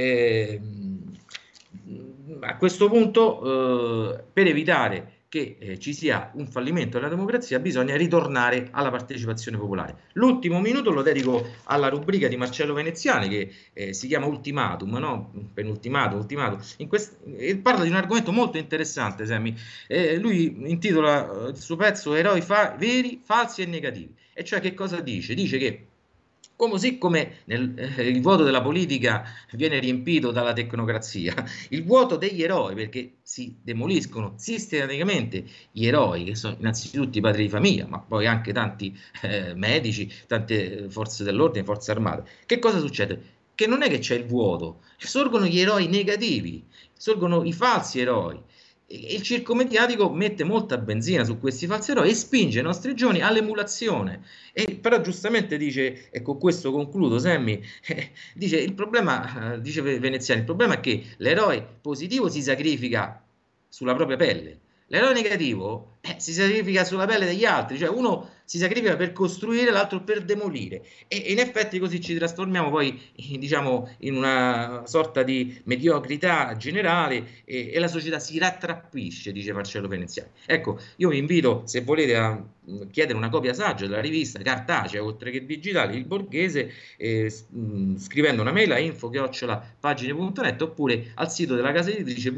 a questo punto, per evitare che ci sia un fallimento della democrazia, bisogna ritornare alla partecipazione popolare. L'ultimo minuto lo dedico alla rubrica di Marcello Veneziani, che si chiama Ultimatum, no? Penultimatum, ultimatum. Parla di un argomento molto interessante, Sammy. Lui intitola il suo pezzo Eroi veri, falsi e negativi. E cioè che cosa dice? Dice che così come il vuoto della politica viene riempito dalla tecnocrazia, il vuoto degli eroi, perché si demoliscono sistematicamente gli eroi, che sono innanzitutto i padri di famiglia, ma poi anche tanti medici, tante forze dell'ordine, forze armate. Che cosa succede? Che non è che c'è il vuoto, sorgono gli eroi negativi, sorgono i falsi eroi. Il circo mediatico mette molta benzina su questi falsi eroi e spinge i nostri giovani all'emulazione. Però giustamente dice, e con questo concludo, Sammy, dice il problema, dice Veneziani, il problema è che l'eroe positivo si sacrifica sulla propria pelle, l'eroe negativo si sacrifica sulla pelle degli altri, cioè uno si sacrifica per costruire, l'altro per demolire, e in effetti così ci trasformiamo poi diciamo in una sorta di mediocrità generale, e la società si rattrappisce, dice Marcello Veneziani. Ecco, io vi invito, se volete, a chiedere una copia saggia della rivista cartacea oltre che digitale, Il Borghese, scrivendo una mail a info@pagine.net oppure al sito della casa editrice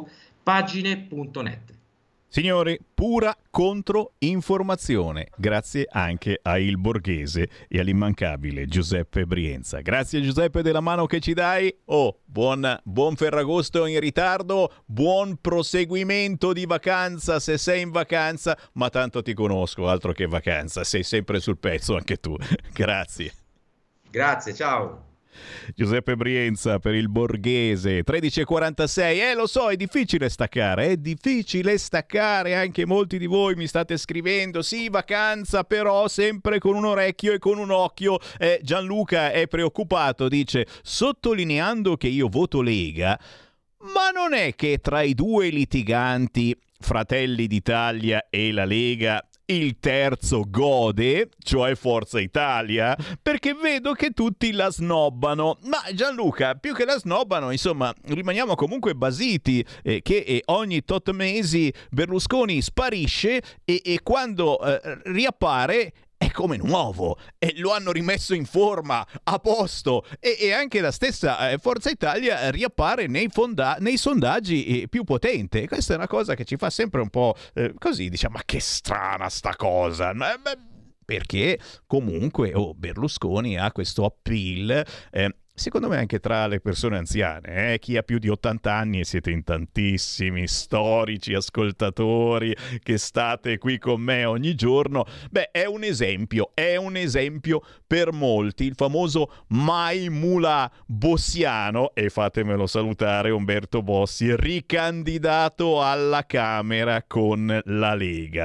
www.pagine.net. Signori, pura controinformazione, grazie anche a Il Borghese e all'immancabile Giuseppe Brienza. Grazie Giuseppe della mano che ci dai. Buon Ferragosto in ritardo, buon proseguimento di vacanza se sei in vacanza, ma tanto ti conosco, altro che vacanza, sei sempre sul pezzo anche tu. Grazie. Grazie, ciao. Giuseppe Brienza per Il Borghese. 13:46. Lo so, è difficile staccare, anche molti di voi mi state scrivendo, sì, vacanza, però sempre con un orecchio e con un occhio. Gianluca è preoccupato, dice, sottolineando che io voto Lega, ma non è che tra i due litiganti, Fratelli d'Italia e la Lega, il terzo gode, cioè Forza Italia, perché vedo che tutti la snobbano. Ma Gianluca, più che la snobbano, insomma, rimaniamo comunque basiti che ogni tot mesi Berlusconi sparisce e quando riappare è come nuovo, e lo hanno rimesso in forma, a posto, e anche la stessa Forza Italia riappare nei sondaggi più potente. Questa è una cosa che ci fa sempre un po' così, diciamo, ma che strana sta cosa, perché comunque Berlusconi ha questo appeal, secondo me anche tra le persone anziane, chi ha più di 80 anni, e siete in tantissimi storici ascoltatori che state qui con me ogni giorno, è un esempio per molti, il famoso Mai Mula bossiano, e fatemelo salutare Umberto Bossi, ricandidato alla Camera con la Lega.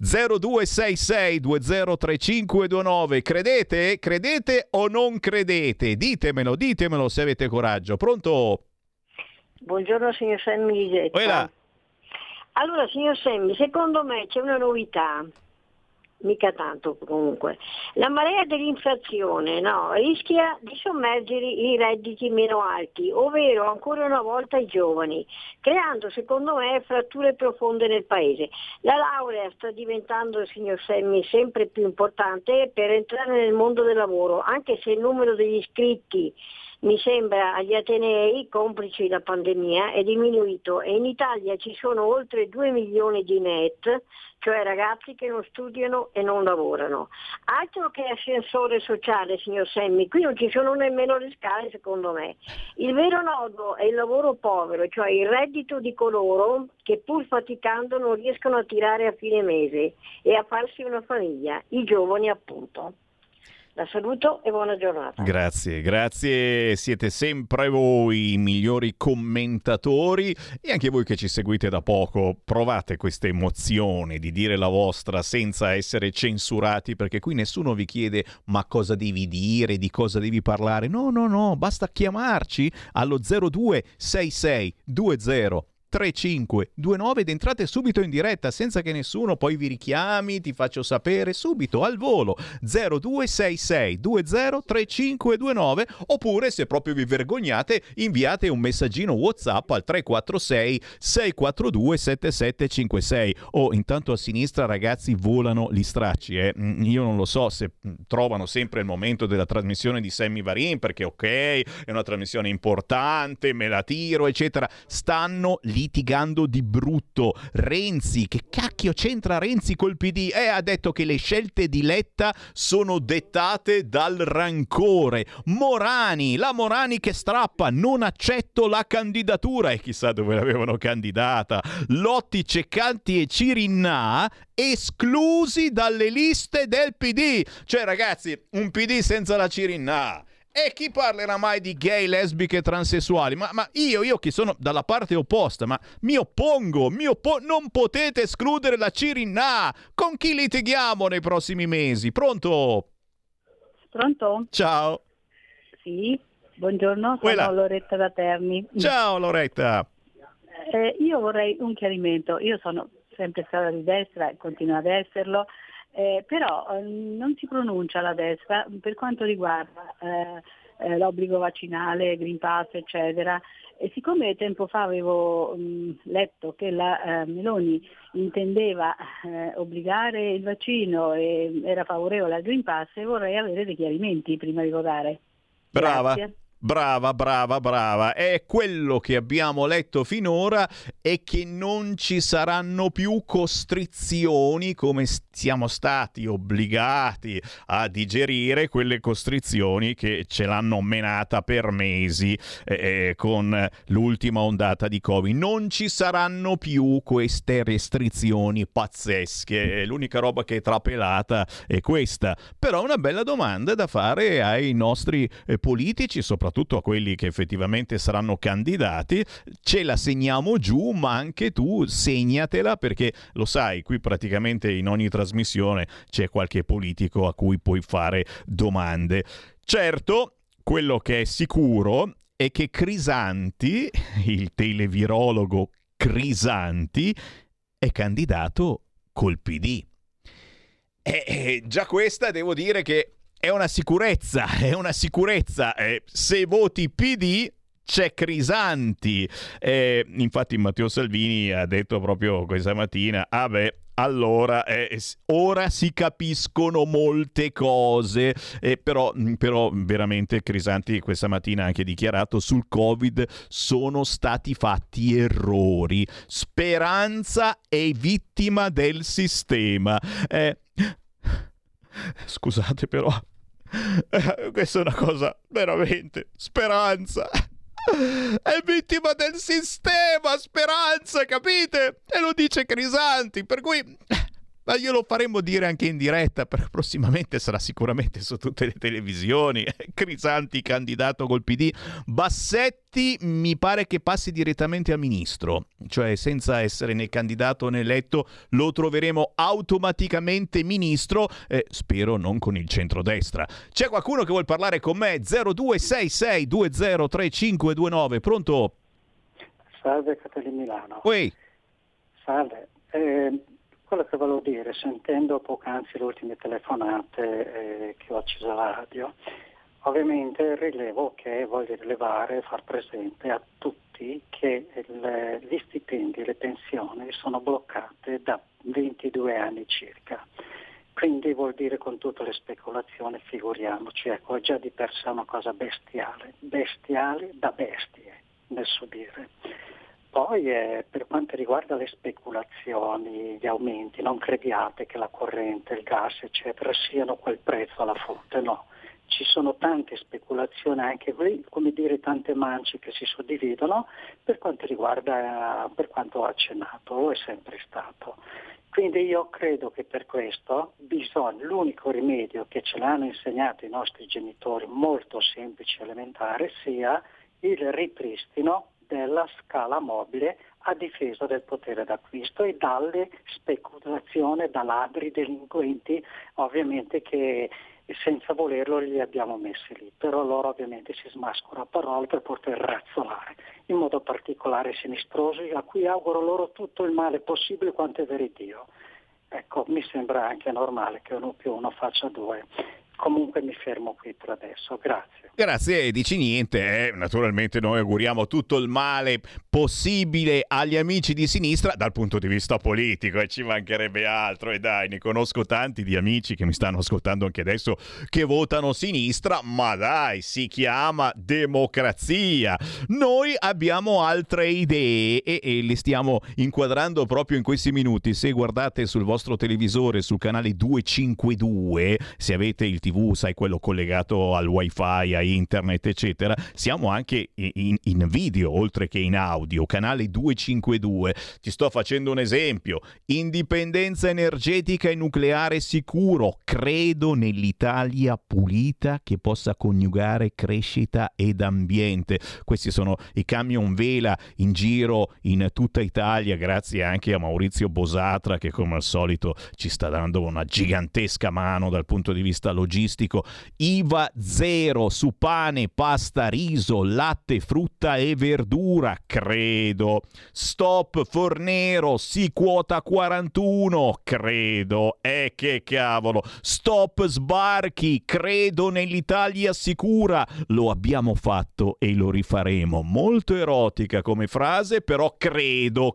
0266203529, credete o non credete? Ditemelo se avete coraggio. Pronto? Buongiorno signor Semmi Lisetta. Allora signor Semmi, secondo me c'è una novità, mica tanto comunque. La marea dell'inflazione rischia di sommergere i redditi meno alti, ovvero ancora una volta i giovani, creando secondo me fratture profonde nel paese. La laurea sta diventando, signor Semmi, sempre più importante per entrare nel mondo del lavoro, anche se il numero degli iscritti mi sembra agli atenei, complici la pandemia, è diminuito e in Italia ci sono oltre 2 milioni di NEET, cioè ragazzi che non studiano e non lavorano. Altro che ascensore sociale, signor Semmi, qui non ci sono nemmeno le scale secondo me. Il vero nodo è il lavoro povero, cioè il reddito di coloro che pur faticando non riescono a tirare a fine mese e a farsi una famiglia, i giovani appunto. La saluto e buona giornata. Grazie, siete sempre voi i migliori commentatori e anche voi che ci seguite da poco, provate questa emozione di dire la vostra senza essere censurati, perché qui nessuno vi chiede ma cosa devi dire, di cosa devi parlare, no, basta chiamarci allo 026620 3529 ed entrate subito in diretta senza che nessuno poi vi richiami, ti faccio sapere subito al volo 0266203529, oppure se proprio vi vergognate inviate un messaggino WhatsApp al 346 642 7756. Intanto a sinistra ragazzi volano gli stracci, io non lo so se trovano sempre il momento della trasmissione di Sammy Varin, perché ok, è una trasmissione importante, me la tiro eccetera, stanno litigando di brutto. Renzi, che cacchio c'entra Renzi col PD? Ha detto che le scelte di Letta sono dettate dal rancore. Morani, la Morani che strappa, non accetto la candidatura, e chissà dove l'avevano candidata. Lotti, Ceccanti e Cirinnà esclusi dalle liste del PD. Cioè ragazzi, un PD senza la Cirinnà. E chi parlerà mai di gay, lesbiche e transessuali? Ma io che sono dalla parte opposta, ma mi oppongo, non potete escludere la Cirinnà. Con chi litighiamo nei prossimi mesi? Pronto? Pronto? Ciao. Sì, buongiorno, sono Loretta da Terni. Ciao Loretta. Io vorrei un chiarimento. Io sono sempre stata di destra e continuo ad esserlo. Però non si pronuncia la destra per quanto riguarda l'obbligo vaccinale, Green Pass eccetera, e siccome tempo fa avevo letto che la Meloni intendeva obbligare il vaccino e era favorevole al Green Pass, vorrei avere dei chiarimenti prima di votare. Brava. Grazie. Brava. È quello che abbiamo letto finora, è che non ci saranno più costrizioni come siamo stati obbligati a digerire, quelle costrizioni che ce l'hanno menata per mesi con l'ultima ondata di Covid. Non ci saranno più queste restrizioni pazzesche. L'unica roba che è trapelata è questa. Però una bella domanda da fare ai nostri politici, soprattutto a quelli che effettivamente saranno candidati. Ce la segniamo giù, ma anche tu segnatela, perché lo sai, qui praticamente in ogni trasmissione c'è qualche politico a cui puoi fare domande. Certo, quello che è sicuro è che Crisanti, il televirologo Crisanti, è candidato col PD. Già questa devo dire che è una sicurezza. Se voti PD c'è Crisanti. Infatti Matteo Salvini ha detto proprio questa mattina, allora, ora si capiscono molte cose, però veramente Crisanti questa mattina ha anche dichiarato sul Covid sono stati fatti errori. Speranza è vittima del sistema. Scusate però, questa è una cosa veramente... Speranza è vittima del sistema, Speranza, capite? E lo dice Crisanti, per cui... Ma glielo faremo dire anche in diretta, perché prossimamente sarà sicuramente su tutte le televisioni. Crisanti candidato col PD. Bassetti mi pare che passi direttamente a ministro, cioè senza essere né candidato né eletto lo troveremo automaticamente ministro, spero non con il centrodestra. C'è qualcuno che vuol parlare con me? 0266203529. Pronto? Salve, Catalino Milano. Ui. Salve. Quello che volevo dire, sentendo poc'anzi le ultime telefonate che ho acceso la radio, ovviamente rilevo che voglio rilevare, far presente a tutti che gli stipendi e le pensioni sono bloccate da 22 anni circa. quindi vuol dire con tutte le speculazioni, figuriamoci, ecco, è già di per sé una cosa bestiale da bestie nel subire. Poi per quanto riguarda le speculazioni, gli aumenti, non crediate che la corrente, il gas eccetera siano quel prezzo alla fonte, no. Ci sono tante speculazioni anche qui, come dire tante mance che si suddividono per quanto riguarda, per quanto ho accennato, lo è sempre stato. Quindi io credo che per questo l'unico rimedio che ce l'hanno insegnato i nostri genitori, molto semplice e elementare, sia il ripristino della scala mobile a difesa del potere d'acquisto e dalle speculazioni da ladri, delinquenti, ovviamente che senza volerlo li abbiamo messi lì, però loro ovviamente si smascherano a parole per poter razzolare, in modo particolare i sinistrosi, a cui auguro loro tutto il male possibile quanto è veritiero. Ecco, mi sembra anche normale che 1 più 1 faccia 2. Comunque mi fermo qui per adesso, grazie. Grazie, dici niente, naturalmente noi auguriamo tutto il male possibile agli amici di sinistra dal punto di vista politico e ci mancherebbe altro, e dai, ne conosco tanti di amici che mi stanno ascoltando anche adesso che votano sinistra, ma dai, si chiama democrazia. Noi abbiamo altre idee e le stiamo inquadrando proprio in questi minuti. Se guardate sul vostro televisore sul canale 252, se avete il TV, sai, quello collegato al wifi, a internet eccetera, siamo anche in video oltre che in audio, canale 252. Ti sto facendo un esempio: indipendenza energetica e nucleare sicuro, credo nell'Italia pulita che possa coniugare crescita ed ambiente. Questi sono i camion vela in giro in tutta Italia, grazie anche a Maurizio Bosatra che come al solito ci sta dando una gigantesca mano dal punto di vista logistico. IVA zero su pane, pasta, riso, latte, frutta e verdura, credo. Stop Fornero, sì quota 41, credo. Che cavolo. Stop sbarchi, credo nell'Italia sicura. Lo abbiamo fatto e lo rifaremo. Molto erotica come frase, però credo.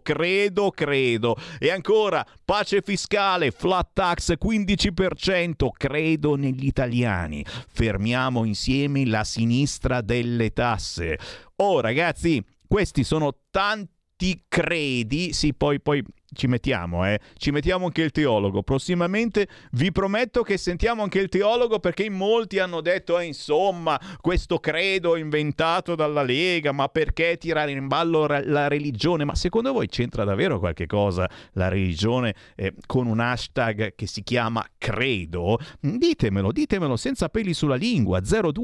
E ancora, pace fiscale, flat tax 15%, credo negli italiani. Fermiamo insieme la sinistra delle tasse. Oh ragazzi, questi sono tanti credi, sì, poi ci mettiamo anche il teologo. Prossimamente vi prometto che sentiamo anche il teologo, perché in molti hanno detto insomma, questo credo inventato dalla Lega, ma perché tirare in ballo la religione? Ma secondo voi c'entra davvero qualche cosa la religione con un hashtag che si chiama credo? Ditemelo senza peli sulla lingua.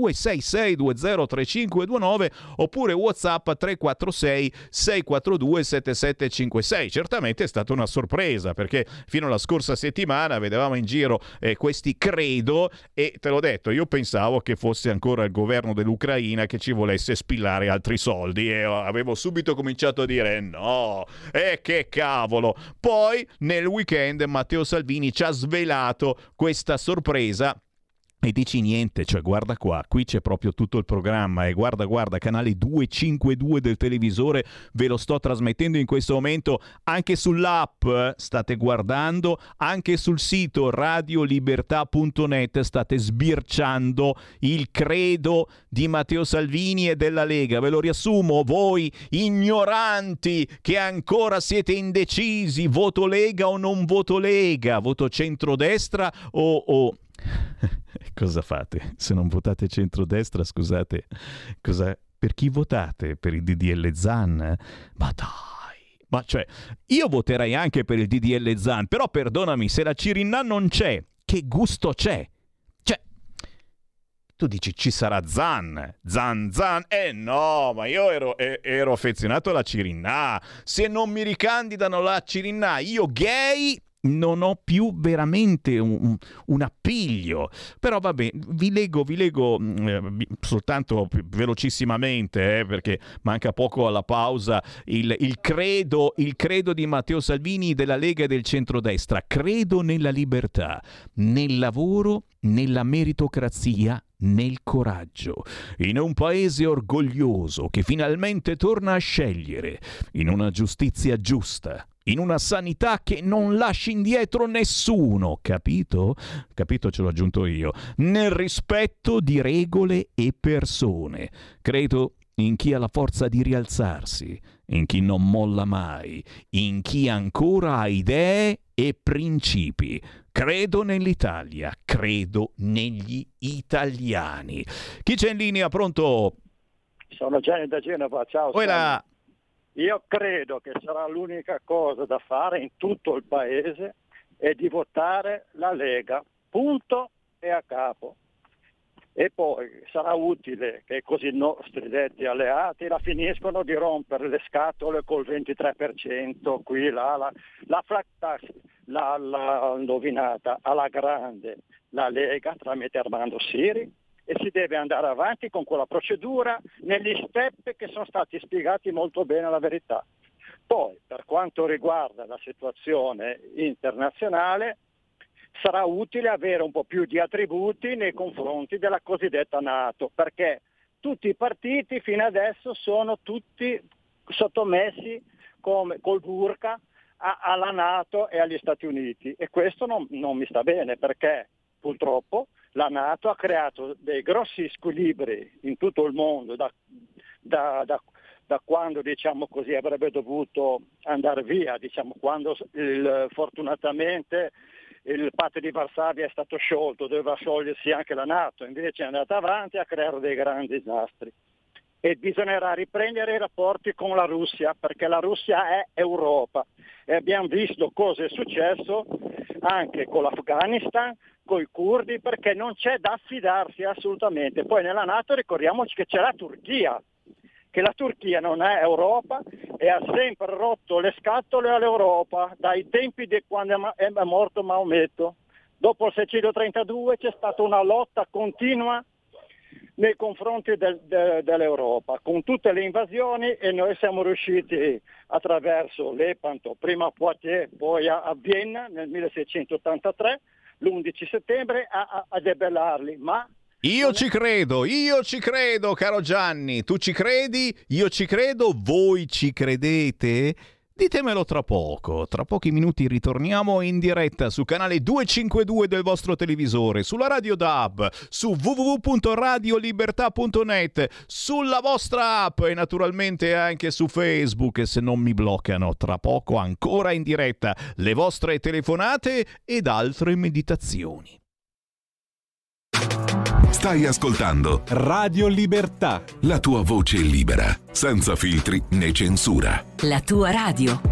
0266203529 oppure WhatsApp 346 642 7756. Certamente è stata una sorpresa, perché fino alla scorsa settimana vedevamo in giro questi credo e te l'ho detto, io pensavo che fosse ancora il governo dell'Ucraina che ci volesse spillare altri soldi e avevo subito cominciato a dire no, che cavolo. Poi nel weekend Matteo Salvini ci ha svelato questa sorpresa. E dici niente, cioè guarda qua, qui c'è proprio tutto il programma e guarda, canale 252 del televisore, ve lo sto trasmettendo in questo momento anche sull'app, state guardando, anche sul sito radiolibertà.net state sbirciando il credo di Matteo Salvini e della Lega. Ve lo riassumo, voi ignoranti che ancora siete indecisi, voto Lega o non voto Lega, voto centrodestra o... Cosa fate? Se non votate centrodestra, scusate, per chi votate? Per il DDL Zan? Ma dai! Ma cioè, io voterei anche per il DDL Zan, però perdonami, se la Cirinna non c'è, che gusto c'è? Cioè, tu dici ci sarà Zan, no, ma io ero affezionato alla Cirinna. Se non mi ricandidano la Cirinna, io gay... non ho più veramente un appiglio. Però vabbè, vi leggo soltanto velocissimamente, perché manca poco alla pausa, il credo di Matteo Salvini, della Lega e del centrodestra. Credo nella libertà, nel lavoro, nella meritocrazia, nel coraggio, in un paese orgoglioso che finalmente torna a scegliere, in una giustizia giusta, in una sanità che non lasci indietro nessuno, capito? Capito, ce l'ho aggiunto io, nel rispetto di regole e persone. Credo in chi ha la forza di rialzarsi, in chi non molla mai, in chi ancora ha idee e principi. Credo nell'Italia, credo negli italiani. Chi c'è in linea? Pronto? Sono Gianni da Genova, ciao. Io credo che sarà l'unica cosa da fare in tutto il paese è di votare la Lega, punto e a capo. E poi sarà utile che così i nostri detti alleati la finiscono di rompere le scatole col 23%, qui la flat tax l'ha indovinata alla grande la Lega tramite Armando Siri, e si deve andare avanti con quella procedura negli step che sono stati spiegati molto bene alla verità. Poi, per quanto riguarda la situazione internazionale, sarà utile avere un po' più di attributi nei confronti della cosiddetta NATO, perché tutti i partiti fino adesso sono tutti sottomessi col burka alla NATO e agli Stati Uniti, e questo non mi sta bene, perché purtroppo la NATO ha creato dei grossi squilibri in tutto il mondo da quando, diciamo così, avrebbe dovuto andare via, diciamo, quando fortunatamente il patto di Varsavia è stato sciolto, doveva sciogliersi anche la NATO, invece è andata avanti a creare dei grandi disastri. E bisognerà riprendere i rapporti con la Russia, perché la Russia è Europa, e abbiamo visto cosa è successo anche con l'Afghanistan, con i curdi, perché non c'è da fidarsi assolutamente. Poi nella NATO ricordiamoci che c'è la Turchia, che la Turchia non è Europa e ha sempre rotto le scatole all'Europa dai tempi di quando è morto Maometto. Dopo il 632 c'è stata una lotta continua nei confronti dell'Europa, con tutte le invasioni, e noi siamo riusciti attraverso Lepanto, prima a Poitiers, poi a Vienna nel 1683, l'11 settembre, a debellarli, ma... Io ci credo, caro Gianni. Tu ci credi? Io ci credo? Voi ci credete? Ditemelo tra poco. Tra pochi minuti ritorniamo in diretta su canale 252 del vostro televisore, sulla Radio DAB, su www.radiolibertà.net, sulla vostra app e naturalmente anche su Facebook, se non mi bloccano. Tra poco ancora in diretta le vostre telefonate ed altre meditazioni. Stai ascoltando Radio Libertà, la tua voce libera, senza filtri né censura. La tua radio.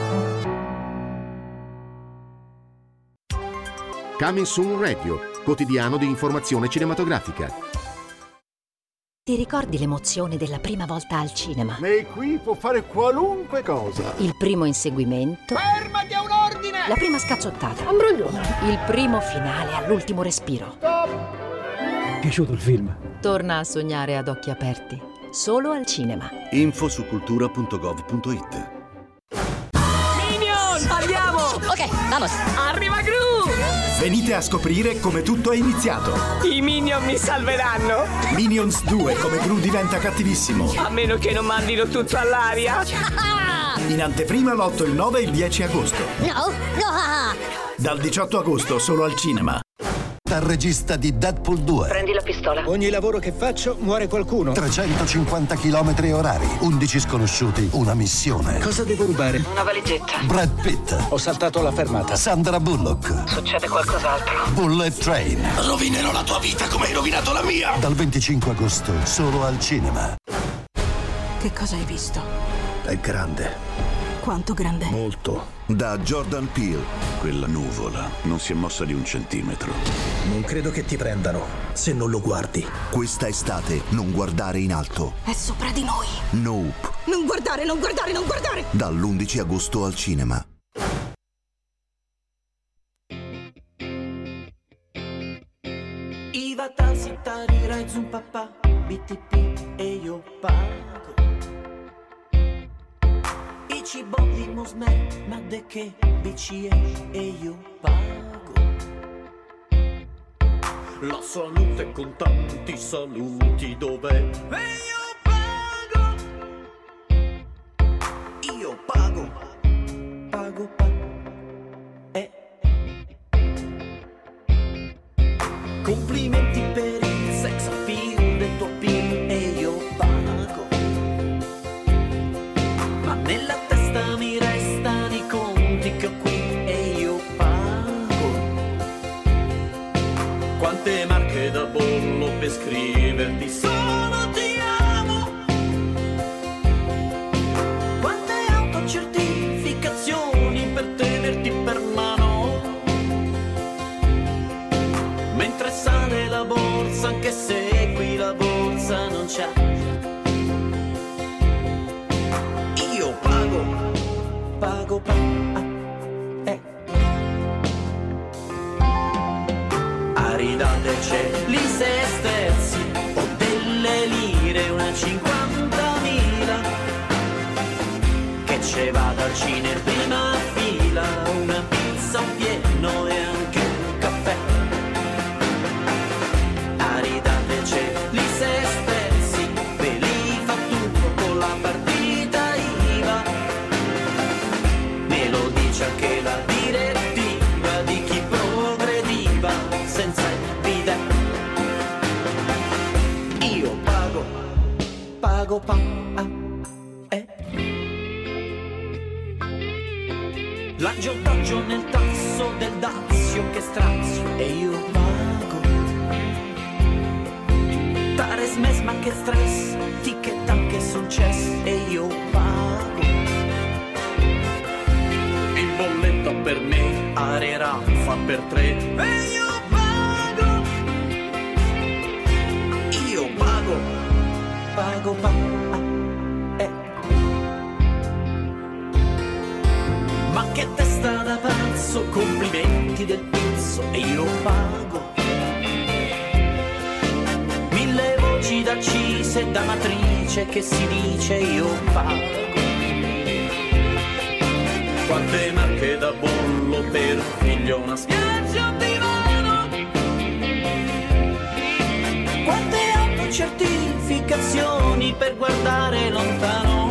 Coming Soon Radio, quotidiano di informazione cinematografica. Ti ricordi l'emozione della prima volta al cinema? Lei qui può fare qualunque cosa. Il primo inseguimento. Fermati a un ordine! La prima scazzottata. Il primo finale all'ultimo respiro. Stop! Piaciuto il film? Torna a sognare ad occhi aperti, solo al cinema. Info su cultura.gov.it. Minion! Andiamo! Ok, vamos! Arriva Gru! Venite a scoprire come tutto è iniziato. I Minion mi salveranno? Minions 2, come Gru diventa cattivissimo. A meno che non mandino tutto all'aria. In anteprima l'8, il 9 e il 10 agosto. No! Dal 18 agosto solo al cinema. Dal regista di Deadpool 2. Prendi la pistola. Ogni lavoro che faccio muore qualcuno. 350 km orari. 11 sconosciuti. Una missione. Cosa devo rubare? Una valigetta. Brad Pitt. Ho saltato la fermata. Sandra Bullock. Succede qualcos'altro. Bullet Train. Rovinerò la tua vita come hai rovinato la mia. Dal 25 agosto solo al cinema. Che cosa hai visto? È grande. Quanto grande? Molto. Da Jordan Peele. Quella nuvola non si è mossa di un centimetro. Non credo che ti prendano se non lo guardi. Questa estate non guardare in alto. È sopra di noi. Nope. Non guardare, non guardare, non guardare! Dall'11 agosto al cinema. Iva tansi tarirai zum papà, BTP e io pago. Ichi body mosme, ma de che BCE e io pago. la salute con tanti saluti, dov'è? E io pago, pago, complimenti per il sex appeal del tuo appeal e io pago, ma nella testa mi restano i conti che ho qui e io pago. Quante marche da bollo per scriverti solo ti amo, quante autocertificazioni per tenerti per mano, mentre sale la borsa anche se qui la borsa non c'è. Io pago, pago, Aridate cieli sesterzi, ho delle lire, una 50.000, che ce vada al cinema prima fila, una pizza, un pieno e anche un caffè. Aridate cieli sesterzi, ve li fatturo con la partita IVA, me lo dice anche la direttiva di chi progrediva senza il bidet. Io pago, pago, l'aggiotaggio nel tasso del dazio che strazio e io pago. Tares mesma che stress, ticket anche successo e io pago. In bolletta per me, Arera fa per 3 e io pago. Io pago, pago, Ma che testa da pazzo, complimenti del pizzo e io pago. 1000 voci da Cise e da matrice che si dice io pago. Quante marche da bollo per figlio, una spiaggia, un divano, quante autocertificazioni per guardare lontano,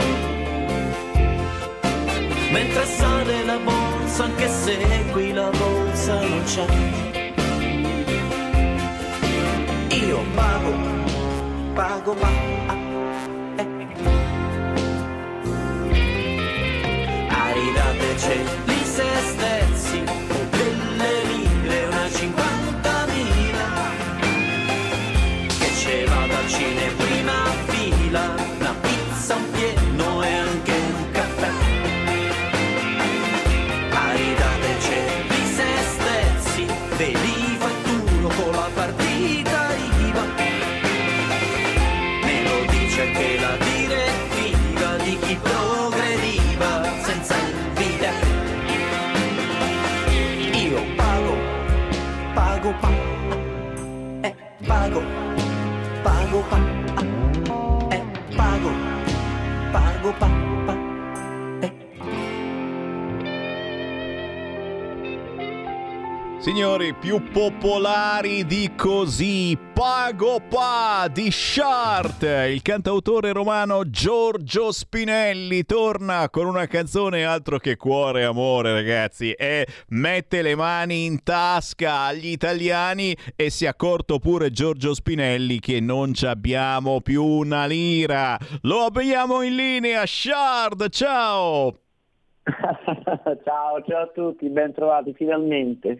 mentre sale la borsa anche se qui la borsa non c'è. Io pago, pago, Aridate cieli sesterzi, ho delle lire, una 50.000, che ce vada al cinema prima fila, una pizza, un pieno e anche un caffè. Aridate cieli sesterzi, ve li fatturo con la partita IVA, me lo dice che la direttiva di chi progrediva senza il bidet. Io pago, pago, pago, pago, pago, pago, Signori, più popolari di così, Pago Pa di Shart. Il cantautore romano Giorgio Spinelli torna con una canzone altro che cuore e amore, ragazzi, e mette le mani in tasca agli italiani e si è accorto pure Giorgio Spinelli che non ci abbiamo più una lira. Lo abbiamo in linea, Shart, ciao! Ciao a tutti, ben trovati, finalmente.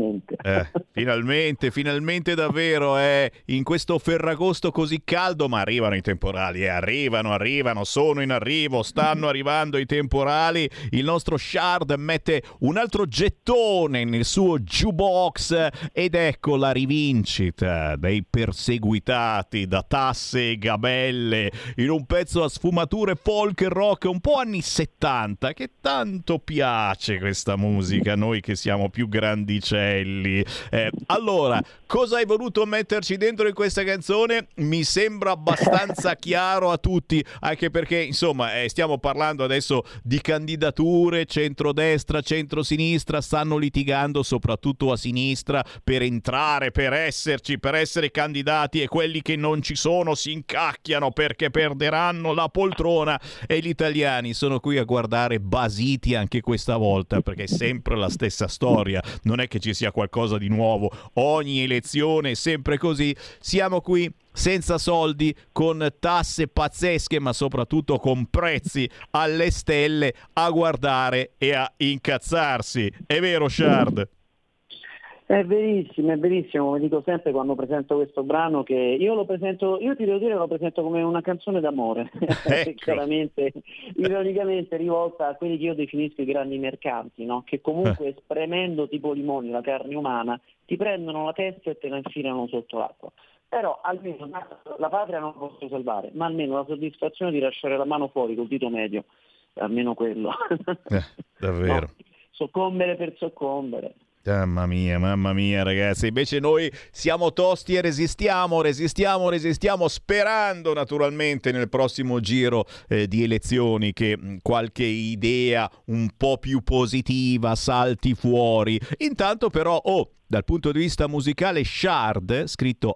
Finalmente davvero, in questo Ferragosto così caldo, ma arrivano i temporali, arrivano, sono in arrivo, stanno arrivando i temporali. Il nostro Shard mette un altro gettone nel suo jukebox ed ecco la rivincita dei perseguitati da tasse e gabelle in un pezzo a sfumature folk e rock un po' anni 70 che tanto quanto piace questa musica, noi che siamo più grandicelli. Allora, cosa hai voluto metterci dentro in questa canzone? Mi sembra abbastanza chiaro a tutti, anche perché insomma stiamo parlando adesso di candidature, centrodestra, centrosinistra, stanno litigando soprattutto a sinistra per entrare, per esserci, per essere candidati, e quelli che non ci sono si incacchiano perché perderanno la poltrona, e gli italiani sono qui a guardare basiti anche questa volta, perché è sempre la stessa storia, non è che ci sia qualcosa di nuovo, ogni elezione è sempre così, siamo qui senza soldi, con tasse pazzesche, ma soprattutto con prezzi alle stelle, a guardare e a incazzarsi. È vero, Shard? È verissimo, come dico sempre quando presento questo brano, che io ti devo dire, lo presento come una canzone d'amore, ecco. Chiaramente, ironicamente rivolta a quelli che io definisco i grandi mercanti, no? Che comunque spremendo tipo limoni la carne umana, ti prendono la testa e te la infilano sotto l'acqua. Però almeno la patria non posso salvare, ma almeno la soddisfazione di lasciare la mano fuori col dito medio, almeno quello. Davvero. No, soccombere per soccombere. Mamma mia ragazzi, invece noi siamo tosti e resistiamo, sperando naturalmente nel prossimo giro di elezioni che qualche idea un po' più positiva salti fuori. Intanto però, dal punto di vista musicale, Shard, scritto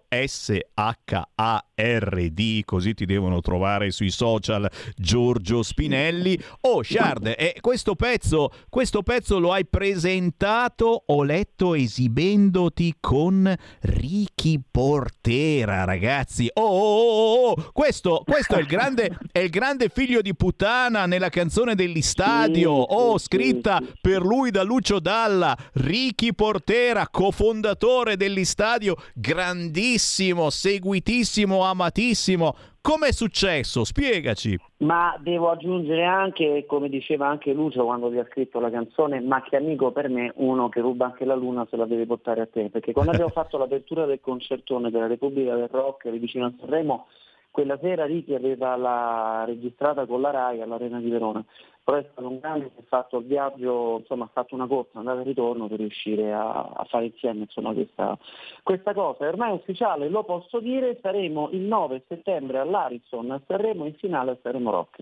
S-H-A-R-D, così ti devono trovare sui social, Giorgio Spinelli. Shard, questo pezzo lo hai presentato, ho letto, esibendoti con Ricky Portera, ragazzi. Questo è il grande figlio di puttana nella canzone dell'Istadio, scritta per lui da Lucio Dalla. Ricky Portera, cofondatore dell'Istadio, grandissimo, seguitissimo, amatissimo. Com'è successo? Spiegaci. Ma devo aggiungere anche, come diceva anche Lucio quando vi ha scritto la canzone, ma che amico per me, uno che ruba anche la luna se la deve portare a te, perché quando abbiamo fatto l'apertura del concertone della Repubblica del Rock lì vicino a Sanremo, quella sera Ricky aveva la registrata con la Rai all'Arena di Verona. Però è stato un grande che ha fatto il viaggio, insomma ha fatto una corsa, andata e ritorno per riuscire a fare insieme insomma questa cosa. È ormai ufficiale, lo posso dire, saremo il 9 settembre all'Ariston a Sanremo, in finale a Sanremo Rock.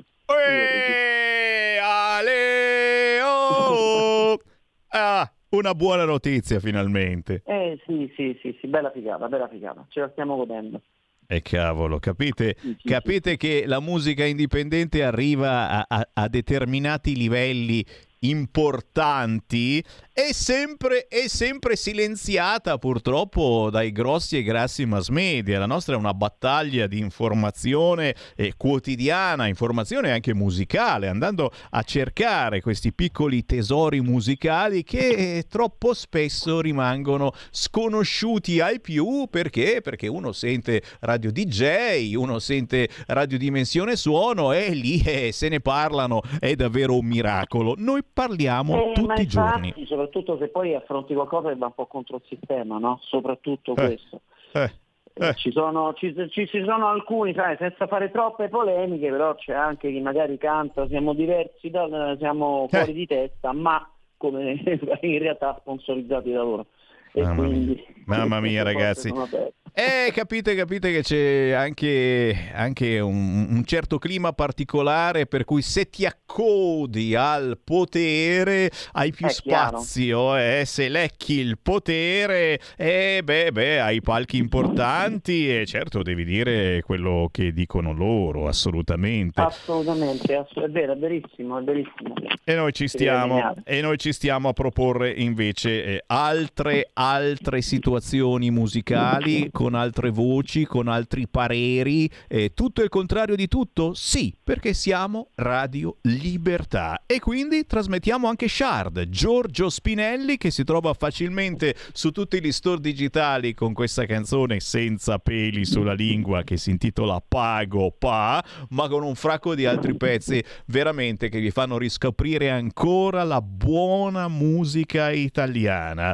Una buona notizia finalmente. Sì, bella figata, ce la stiamo godendo. E cavolo, capite che la musica indipendente arriva a determinati livelli importanti, è sempre silenziata purtroppo dai grossi e grassi mass media. La nostra è una battaglia di informazione quotidiana, informazione anche musicale, andando a cercare questi piccoli tesori musicali che troppo spesso rimangono sconosciuti ai più. Perché uno sente Radio DJ, uno sente Radio Dimensione Suono e lì se ne parlano, è davvero un miracolo. Noi parliamo tutti i giorni. Soprattutto se poi affronti qualcosa che va un po' contro il sistema, no? Soprattutto questo. Ci sono alcuni, sai, senza fare troppe polemiche, però c'è anche chi magari canta siamo diversi, siamo fuori di testa, ma come in realtà sponsorizzati da loro. Mamma mia ragazzi. Capite che c'è anche un certo clima particolare, per cui se ti accodi al potere hai più spazio, se lecchi il potere hai palchi importanti e certo devi dire quello che dicono loro, assolutamente. Assolutamente, è vero, è verissimo. E noi ci stiamo a proporre invece altre situazioni musicali, con altre voci, con altri pareri, tutto il contrario di tutto? Sì, perché siamo Radio Libertà e quindi trasmettiamo anche Shard, Giorgio Spinelli, che si trova facilmente su tutti gli store digitali con questa canzone senza peli sulla lingua che si intitola Pago Pa, ma con un fracco di altri pezzi veramente che vi fanno riscoprire ancora la buona musica italiana.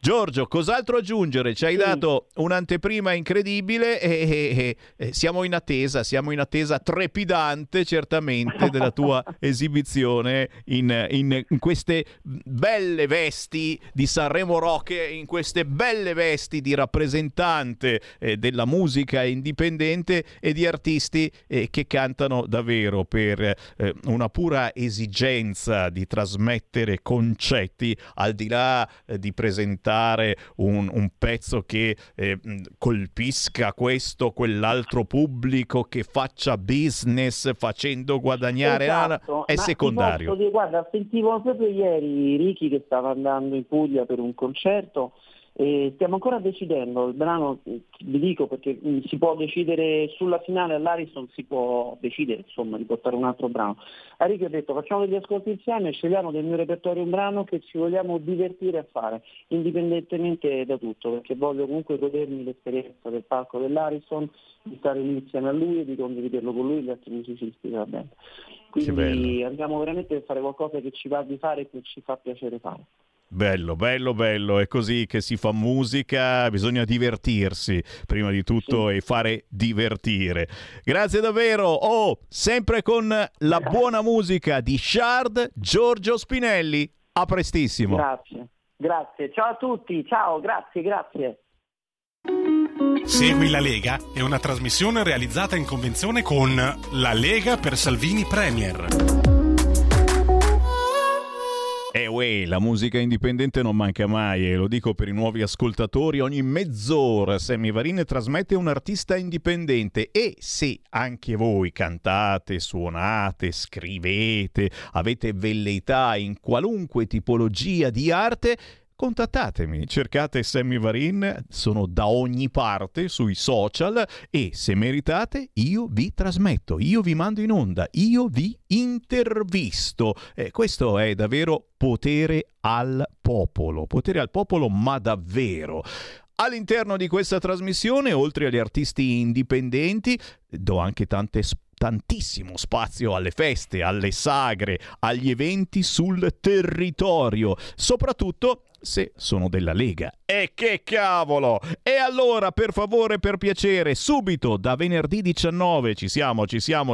Giorgio, cos'altro aggiungere? Ci hai dato un'anteprima incredibile e siamo in attesa trepidante certamente della tua esibizione in queste belle vesti di Sanremo Rock, in queste belle vesti di rappresentante della musica indipendente e di artisti che cantano davvero per una pura esigenza di trasmettere concetti, al di là di presentare un pezzo che colpisca questo quell'altro pubblico, che faccia business facendo guadagnare. Esatto. È secondario. Guarda, sentivo proprio ieri Ricky che stava andando in Puglia per un concerto e stiamo ancora decidendo il brano, vi dico, perché si può decidere sulla finale all'Ariston, si può decidere insomma di portare un altro brano. A Ricky ho detto facciamo degli ascolti insieme, scegliamo del mio repertorio un brano che ci vogliamo divertire a fare indipendentemente da tutto, perché voglio comunque godermi l'esperienza del palco dell'Ariston, di stare lì insieme a lui e di condividerlo con lui e gli altri musicisti della band. Quindi andiamo veramente a fare qualcosa che ci va di fare e che ci fa piacere fare. Bello, è così che si fa musica, bisogna divertirsi prima di tutto e fare divertire. Grazie davvero, sempre con la buona musica di Shard, Giorgio Spinelli, a prestissimo. Grazie, ciao a tutti, ciao, grazie. Segui la Lega è una trasmissione realizzata in convenzione con La Lega per Salvini Premier. La musica indipendente non manca mai, e lo dico per i nuovi ascoltatori: ogni mezz'ora Sammy Varin trasmette un artista indipendente, e se anche voi cantate, suonate, scrivete, avete velleità in qualunque tipologia di arte, contattatemi, cercate Sammy Varin, sono da ogni parte sui social, e se meritate io vi trasmetto, io vi mando in onda, io vi intervisto. Questo è davvero potere al popolo, ma davvero. All'interno di questa trasmissione, oltre agli artisti indipendenti, do anche tantissimo spazio alle feste, alle sagre, agli eventi sul territorio, soprattutto se sono della Lega. E che cavolo! E allora, per favore, per piacere, subito da venerdì 19 ci siamo,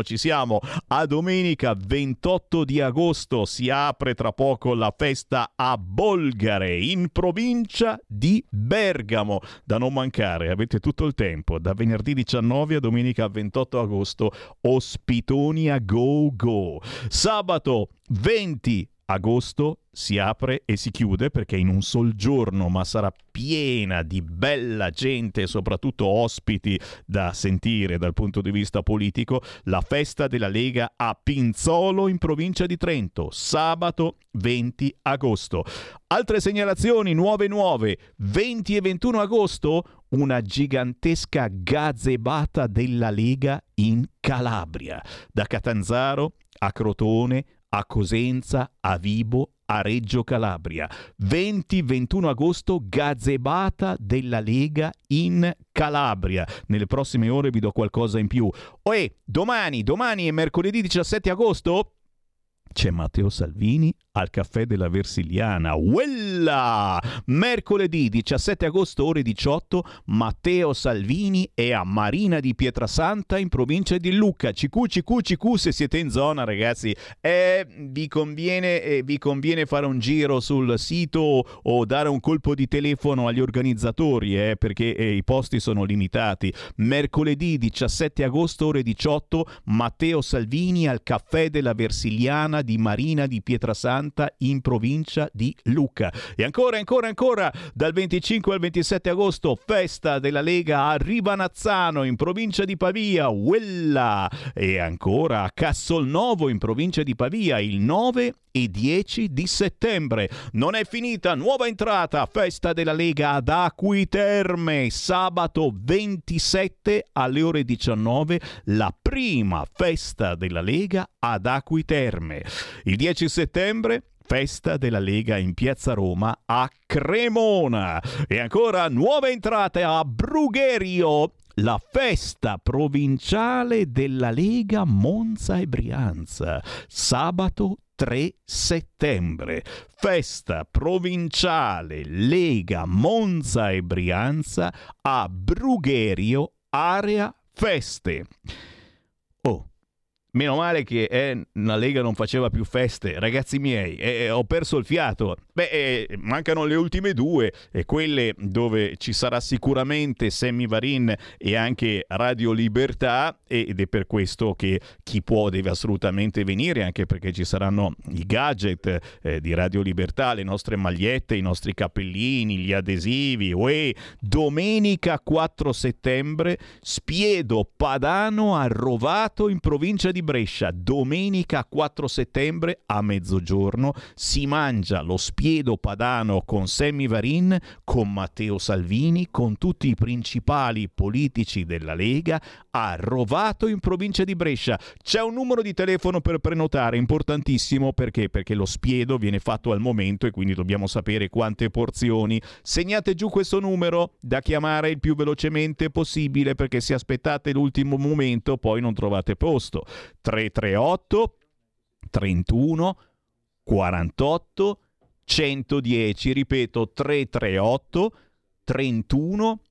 a domenica 28 di agosto si apre tra poco la festa a Bolgare, in provincia di Bergamo, da non mancare, avete tutto il tempo, da venerdì 19 a domenica 28 agosto, ospitoni a go. Sabato 20 agosto si apre e si chiude, perché in un sol giorno, ma sarà piena di bella gente e soprattutto ospiti da sentire dal punto di vista politico, la festa della Lega a Pinzolo in provincia di Trento, sabato 20 agosto. Altre segnalazioni nuove, 20 e 21 agosto una gigantesca gazebata della Lega in Calabria, da Catanzaro a Crotone, a Cosenza, a Vibo, a Reggio Calabria. 20-21 agosto, gazebata della Lega in Calabria. Nelle prossime ore vi do qualcosa in più. Domani è mercoledì 17 agosto, c'è Matteo Salvini al Caffè della Versiliana. Uella! Mercoledì 17 agosto ore 18, Matteo Salvini è a Marina di Pietrasanta in provincia di Lucca. CQ, se siete in zona, ragazzi, vi conviene fare un giro sul sito o dare un colpo di telefono agli organizzatori, perché i posti sono limitati. Mercoledì 17 agosto ore 18, Matteo Salvini al Caffè della Versiliana di Marina di Pietrasanta in provincia di Lucca. E ancora, dal 25 al 27 agosto, festa della Lega a Rivanazzano in provincia di Pavia. Uella! E ancora a Cassolnovo in provincia di Pavia il 9 e 10 di settembre. Non è finita, nuova entrata, festa della Lega ad Acqui Terme, sabato 27 alle ore 19, la prima festa della Lega ad Acqui Terme. Il 10 settembre festa della Lega in Piazza Roma a Cremona. E ancora nuove entrate a Brugherio, la festa provinciale della Lega Monza e Brianza, sabato 3 settembre, festa provinciale Lega Monza e Brianza a Brugherio, area feste. Oh, meno male che la Lega non faceva più feste, ragazzi miei, ho perso il fiato. Mancano le ultime due, quelle dove ci sarà sicuramente Sammy Varin e anche Radio Libertà, ed è per questo che chi può deve assolutamente venire, anche perché ci saranno i gadget di Radio Libertà, le nostre magliette, i nostri cappellini, gli adesivi. Domenica 4 settembre, Spiedo Padano a Rovato in provincia di Brescia. Domenica 4 settembre a mezzogiorno si mangia lo Spiedo Padano con Sammy Varin, con Matteo Salvini, con tutti i principali politici della Lega a Rovato in provincia di Brescia. C'è un numero di telefono per prenotare, importantissimo, perché lo spiedo viene fatto al momento e quindi dobbiamo sapere quante porzioni. Segnate giù questo numero da chiamare il più velocemente possibile, perché se aspettate l'ultimo momento poi non trovate posto. 338 31 48 110, ripeto 338 31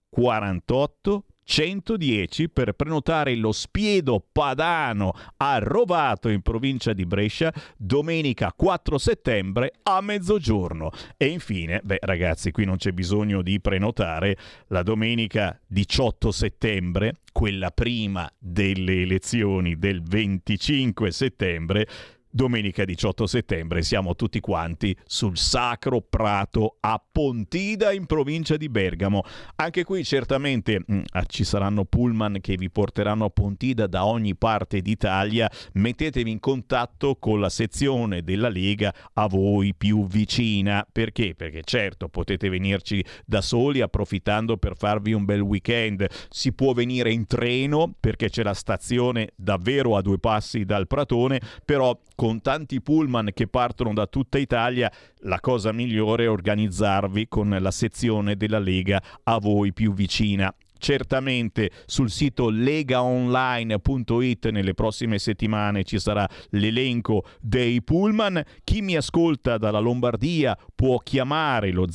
48 110 per prenotare lo Spiedo Padano a Rovato in provincia di Brescia domenica 4 settembre a mezzogiorno. E infine, ragazzi, qui non c'è bisogno di prenotare, la domenica 18 settembre, quella prima delle elezioni del 25 settembre, domenica 18 settembre siamo tutti quanti sul Sacro Prato a Pontida in provincia di Bergamo. Anche qui certamente ci saranno pullman che vi porteranno a Pontida da ogni parte d'Italia. Mettetevi in contatto con la sezione della Lega a voi più vicina. Perché? Perché certo potete venirci da soli approfittando per farvi un bel weekend. Si può venire in treno perché c'è la stazione davvero a 2 passi dal Pratone, però con tanti pullman che partono da tutta Italia, la cosa migliore è organizzarvi con la sezione della Lega a voi più vicina. Certamente sul sito legaonline.it nelle prossime settimane ci sarà l'elenco dei pullman. Chi mi ascolta dalla Lombardia può chiamare lo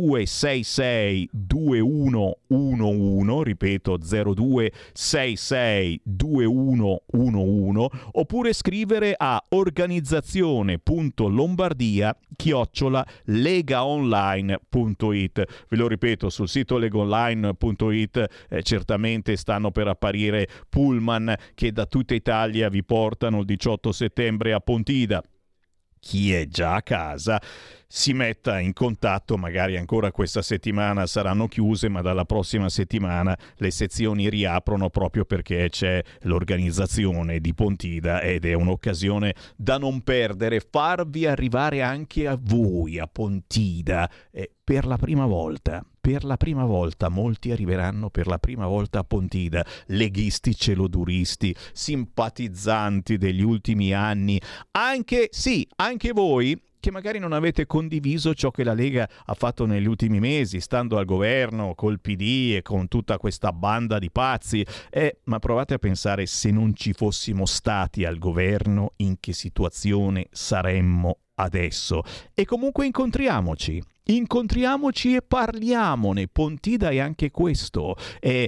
0266 2111, ripeto 0266 2111, oppure scrivere a organizzazione.lombardia@legaonline.it. Ve lo ripeto, sul sito legaonline.it certamente stanno per apparire pullman che da tutta Italia vi portano il 18 settembre a Pontida. Chi è già a casa si metta in contatto, magari ancora questa settimana saranno chiuse, ma dalla prossima settimana le sezioni riaprono proprio perché c'è l'organizzazione di Pontida ed è un'occasione da non perdere. Farvi arrivare anche a voi a Pontida per la prima volta. Per la prima volta, molti arriveranno per la prima volta a Pontida, leghisti, celoduristi, simpatizzanti degli ultimi anni, anche voi che magari non avete condiviso ciò che la Lega ha fatto negli ultimi mesi, stando al governo, col PD e con tutta questa banda di pazzi. Ma provate a pensare, se non ci fossimo stati al governo, in che situazione saremmo adesso. E comunque incontriamoci e parliamone. Pontida è anche questo, è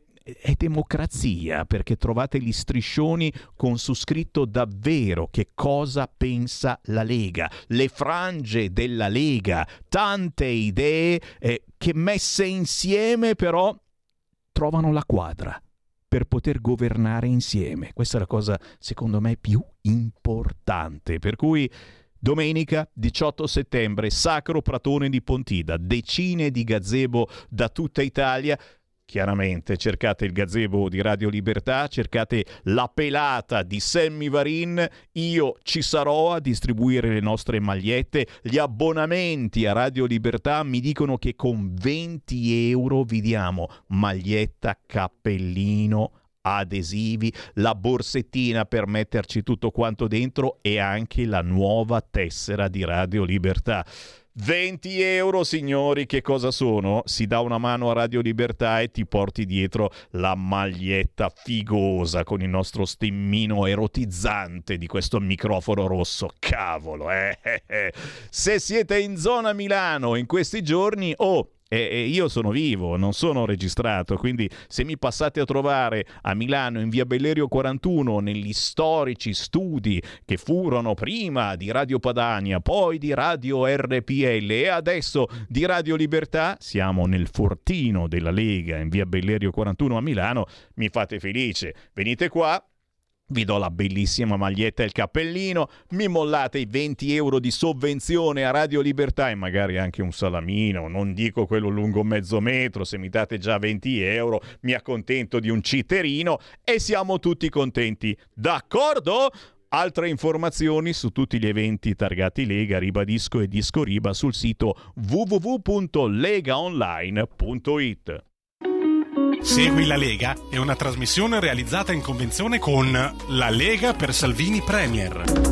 democrazia, perché trovate gli striscioni con su scritto davvero che cosa pensa la Lega, le frange della Lega, tante idee che messe insieme però trovano la quadra per poter governare insieme. Questa è la cosa secondo me più importante, per cui domenica 18 settembre, Sacro Pratone di Pontida, decine di gazebo da tutta Italia. Chiaramente cercate il gazebo di Radio Libertà, cercate la pelata di Sammy Varin, io ci sarò a distribuire le nostre magliette. Gli abbonamenti a Radio Libertà mi dicono che con 20 euro vi diamo maglietta, cappellino, adesivi, la borsettina per metterci tutto quanto dentro e anche la nuova tessera di Radio Libertà. 20 euro, signori, che cosa sono? Si dà una mano a Radio Libertà e ti porti dietro la maglietta figosa con il nostro stemmino erotizzante di questo microfono rosso. Cavolo, Se siete in zona Milano in questi giorni, io sono vivo, non sono registrato, quindi se mi passate a trovare a Milano in via Bellerio 41 negli storici studi che furono prima di Radio Padania, poi di Radio RPL e adesso di Radio Libertà, siamo nel fortino della Lega in via Bellerio 41 a Milano, mi fate felice, venite qua. Vi do la bellissima maglietta e il cappellino, mi mollate i 20 euro di sovvenzione a Radio Libertà e magari anche un salamino, non dico quello lungo mezzo metro, se mi date già 20 euro mi accontento di un citterino e siamo tutti contenti, d'accordo? Altre informazioni su tutti gli eventi targati Lega, Ribadisco e Disco Riba sul sito www.legaonline.it. Segui la Lega è una trasmissione realizzata in convenzione con La Lega per Salvini Premier.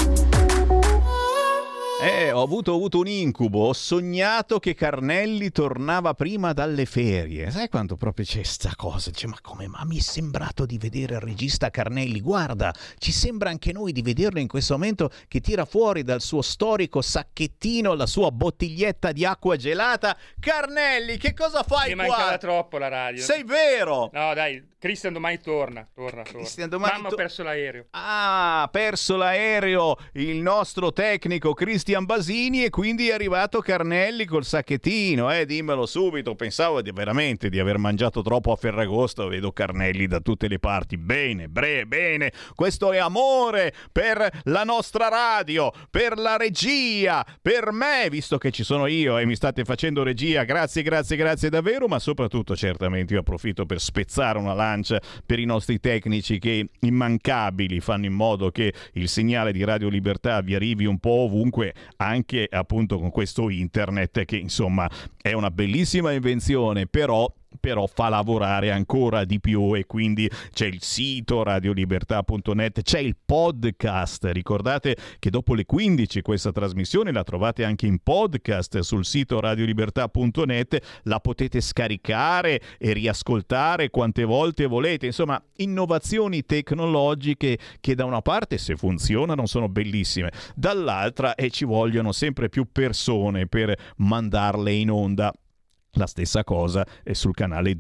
Ho avuto un incubo, ho sognato che Carnelli tornava prima dalle ferie. Sai quando proprio c'è sta cosa? Dice, ma mi è sembrato di vedere il regista Carnelli. Guarda, ci sembra anche noi di vederlo in questo momento che tira fuori dal suo storico sacchettino la sua bottiglietta di acqua gelata. Carnelli, che cosa fai qua? Mi mancava troppo la radio. Sei vero? No, dai, Cristian domani torna. Cristian domani Mamma ha perso l'aereo. Ah, perso l'aereo il nostro tecnico Cristian Basini e quindi è arrivato Carnelli col sacchettino, dimmelo subito, pensavo veramente di aver mangiato troppo a Ferragosto, vedo Carnelli da tutte le parti, bene, questo è amore per la nostra radio, per la regia, per me, visto che ci sono io e mi state facendo regia, grazie davvero, ma soprattutto certamente io approfitto per spezzare una lancia per i nostri tecnici che immancabili fanno in modo che il segnale di Radio Libertà vi arrivi un po' ovunque, anche appunto con questo internet che insomma è una bellissima invenzione, però fa lavorare ancora di più e quindi c'è il sito radiolibertà.net, c'è il podcast, ricordate che dopo le 15 questa trasmissione la trovate anche in podcast sul sito radiolibertà.net, la potete scaricare e riascoltare quante volte volete, insomma innovazioni tecnologiche che da una parte se funzionano sono bellissime, dall'altra ci vogliono sempre più persone per mandarle in onda. La stessa cosa è sul canale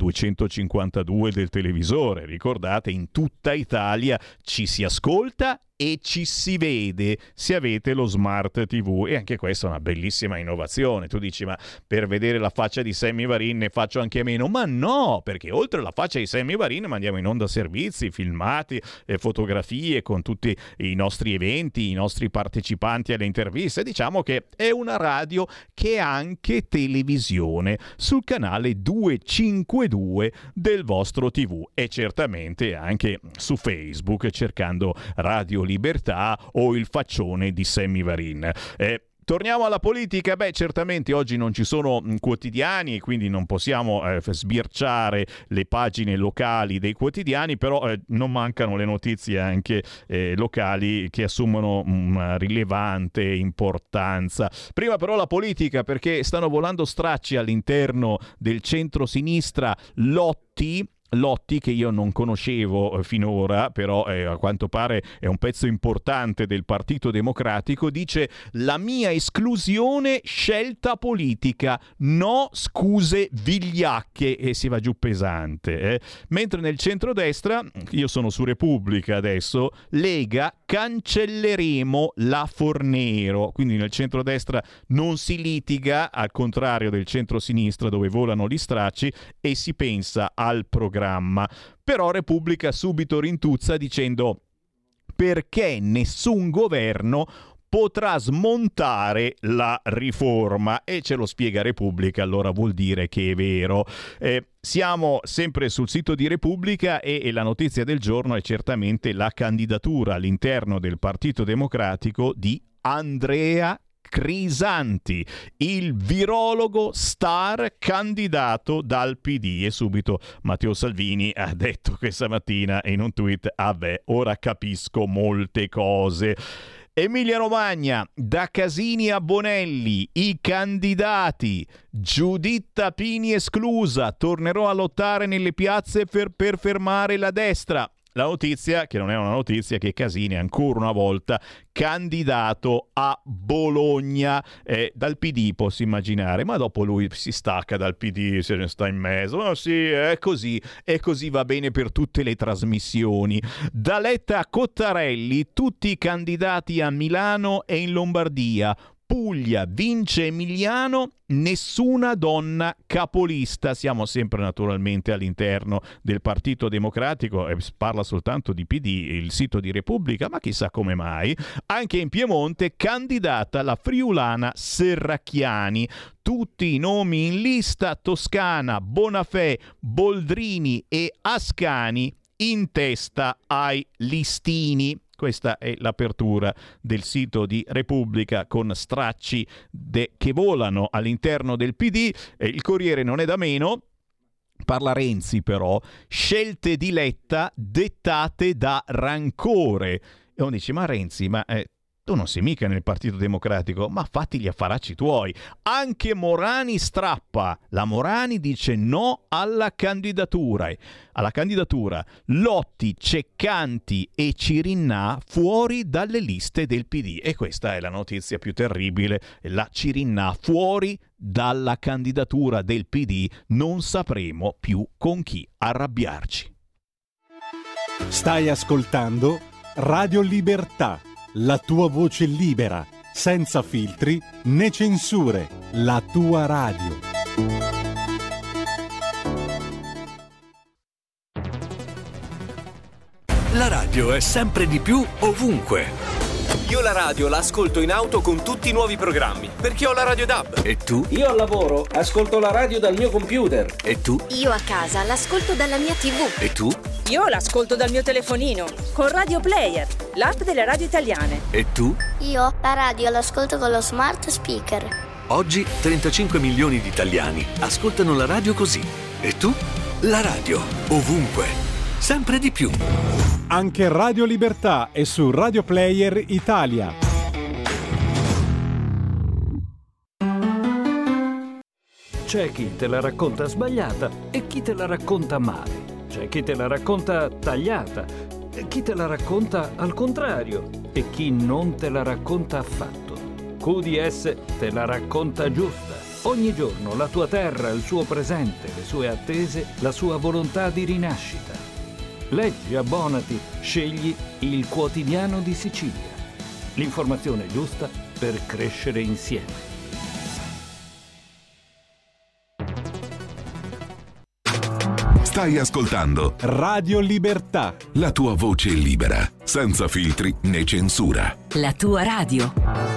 252 del televisore, ricordate, in tutta Italia ci si ascolta e ci si vede se avete lo Smart TV e anche questa è una bellissima innovazione. Tu dici, ma per vedere la faccia di Sammy Varin ne faccio anche meno? Ma no, perché oltre alla faccia di Sammy Varin mandiamo in onda servizi, filmati, fotografie con tutti i nostri eventi, i nostri partecipanti alle interviste. Diciamo che è una radio che è anche televisione sul canale 252 del vostro TV e certamente anche su Facebook cercando Radio Libertà o il faccione di Sammy Varin. Torniamo alla politica. Certamente oggi non ci sono quotidiani e quindi non possiamo sbirciare le pagine locali dei quotidiani, però non mancano le notizie anche locali che assumono una rilevante importanza. Prima però la politica, perché stanno volando stracci all'interno del centro-sinistra. Lotti, che io non conoscevo finora, però a quanto pare è un pezzo importante del Partito Democratico, dice: la mia esclusione scelta politica, no scuse vigliacche, e si va giù pesante. Mentre nel centrodestra, io sono su Repubblica adesso, Lega, cancelleremo la Fornero. Quindi nel centrodestra non si litiga, al contrario del centrosinistra dove volano gli stracci e si pensa al programma. Però Repubblica subito rintuzza dicendo: perché nessun governo potrà smontare la riforma, e ce lo spiega Repubblica, allora vuol dire che è vero. Siamo sempre sul sito di Repubblica e la notizia del giorno è certamente la candidatura all'interno del Partito Democratico di Andrea Crisanti, il virologo star candidato dal PD, e subito Matteo Salvini ha detto questa mattina in un tweet: ora capisco molte cose. Emilia-Romagna, da Casini a Bonelli, i candidati, Giuditta Pini esclusa, tornerò a lottare nelle piazze per fermare la destra. La notizia, che non è una notizia, che Casini è ancora una volta candidato a Bologna, dal PD posso immaginare, ma dopo lui si stacca dal PD, se ne sta in mezzo, ma sì, è così va bene per tutte le trasmissioni. Da Letta a Cottarelli, tutti i candidati a Milano e in Lombardia. Puglia vince Emiliano, nessuna donna capolista. Siamo sempre naturalmente all'interno del Partito Democratico e parla soltanto di PD, il sito di Repubblica, ma chissà come mai. Anche in Piemonte candidata la friulana Serracchiani. Tutti i nomi in lista: Toscana, Bonafè, Boldrini e Ascani in testa ai listini. Questa è l'apertura del sito di Repubblica con stracci che volano all'interno del PD. Il Corriere non è da meno. Parla Renzi però, scelte di Letta dettate da rancore. E uno dice, ma Renzi, tu non sei mica nel Partito Democratico, ma fatti gli affaracci tuoi. Anche Morani strappa. La Morani dice no alla candidatura. Lotti, Ceccanti e Cirinnà fuori dalle liste del PD. E questa è la notizia più terribile. La Cirinnà fuori dalla candidatura del PD. Non sapremo più con chi arrabbiarci. Stai ascoltando Radio Libertà. La tua voce libera, senza filtri né censure, la tua radio. La radio è sempre di più ovunque. Io la radio la ascolto in auto con tutti i nuovi programmi, perché ho la radio DAB. E tu? Io al lavoro ascolto la radio dal mio computer. E tu? Io a casa l'ascolto dalla mia TV. E tu? Io l'ascolto dal mio telefonino, con Radio Player, l'app delle radio italiane. E tu? Io la radio l'ascolto con lo smart speaker. Oggi 35 milioni di italiani ascoltano la radio così. E tu? La radio, ovunque, sempre di più. Anche Radio Libertà è su Radio Player Italia. C'è chi te la racconta sbagliata e chi te la racconta male. C'è chi te la racconta tagliata, e chi te la racconta al contrario e chi non te la racconta affatto. QDS te la racconta giusta. Ogni giorno la tua terra, il suo presente, le sue attese, la sua volontà di rinascita. Leggi, abbonati, scegli il Quotidiano di Sicilia. L'informazione giusta per crescere insieme. Stai ascoltando Radio Libertà. La tua voce libera, senza filtri né censura. La tua radio.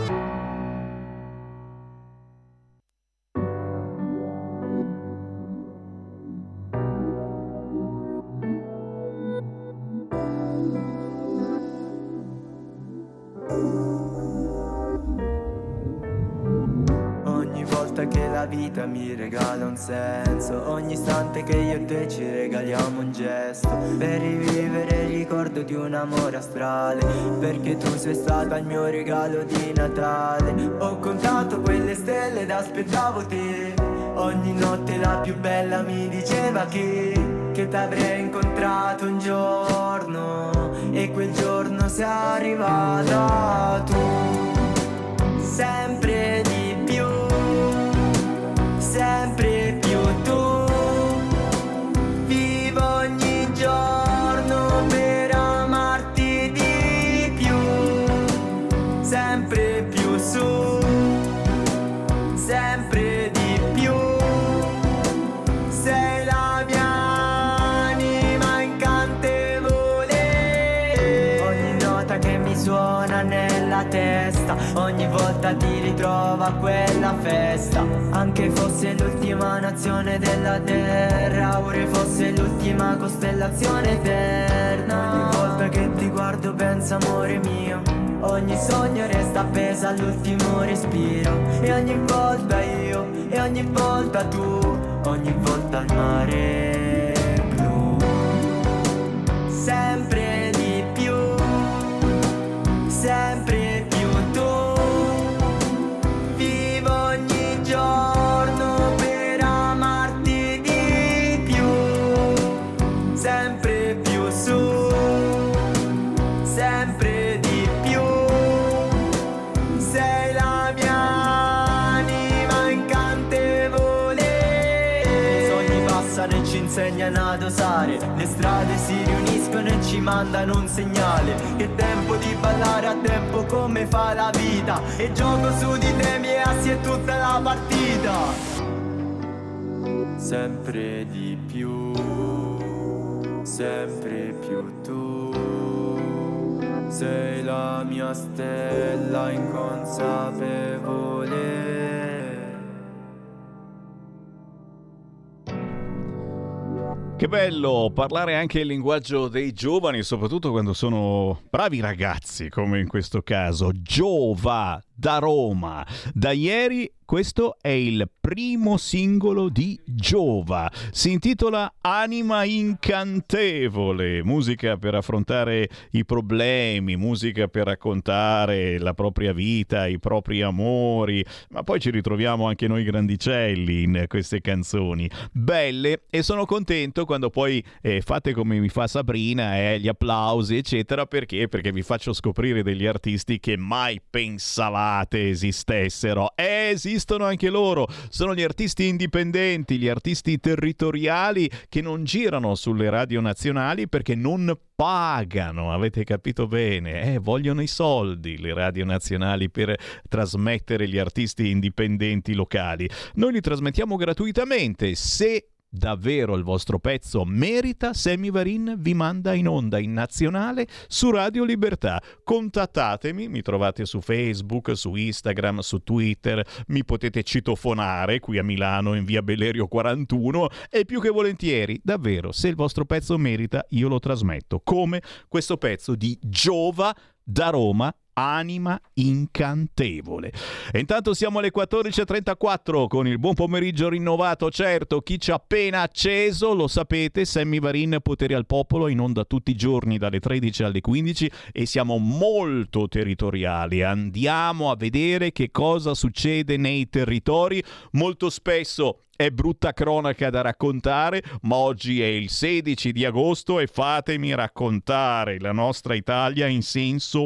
Vita mi regala un senso, ogni istante che io e te ci regaliamo un gesto, per rivivere il ricordo di un amore astrale, perché tu sei stata il mio regalo di Natale. Ho contato quelle stelle ed aspettavo te, ogni notte la più bella mi diceva che t'avrei incontrato un giorno, e quel giorno sei arrivata tu, sempre di più, sempre più tu. Vivo ogni giorno per amarti di più, sempre più su, sempre di più. Sei la mia anima incantevole, ogni nota che mi suona nella testa, ogni volta ti ritrovo a quella festa. Anche fosse l'ultima nazione della terra, ora fosse l'ultima costellazione eterna. Ogni volta che ti guardo penso amore mio, ogni sogno resta appesa all'ultimo respiro. E ogni volta io, e ogni volta tu, ogni volta il mare blu. Sempre di più, sempre insegnano ad osare. Le strade si riuniscono e ci mandano un segnale, che è tempo di ballare a tempo come fa la vita, e gioco su di te miei assi e tutta la partita. Sempre di più, sempre più tu, sei la mia stella inconsapevole. Che bello parlare anche il linguaggio dei giovani, soprattutto quando sono bravi ragazzi, come in questo caso. Giova da Roma. Da ieri questo è il primo singolo di Giova. Si intitola Anima incantevole. Musica per affrontare i problemi, musica per raccontare la propria vita, i propri amori. Ma poi ci ritroviamo anche noi grandicelli in queste canzoni. Belle, e sono contento quando poi fate come mi fa Sabrina, gli applausi, eccetera. Perché? Perché vi faccio scoprire degli artisti che mai pensavate esistessero. Esistono anche loro, sono gli artisti indipendenti, gli artisti territoriali che non girano sulle radio nazionali perché non pagano, avete capito bene, vogliono i soldi le radio nazionali per trasmettere gli artisti indipendenti locali. Noi li trasmettiamo gratuitamente. Se davvero il vostro pezzo merita, Sammy Varin vi manda in onda in nazionale su Radio Libertà. Contattatemi, mi trovate su Facebook, su Instagram, su Twitter, mi potete citofonare qui a Milano in via Bellerio 41 e più che volentieri, davvero, se il vostro pezzo merita io lo trasmetto, come questo pezzo di Giova da Roma, Anima incantevole. E intanto siamo alle 14.34 con il buon pomeriggio rinnovato. Certo, chi ci ha appena acceso, lo sapete, Sammy Varin, Potere al Popolo, in onda tutti i giorni dalle 13 alle 15 e siamo molto territoriali. Andiamo a vedere che cosa succede nei territori. Molto spesso è brutta cronaca da raccontare, ma oggi è il 16 di agosto e fatemi raccontare la nostra Italia in senso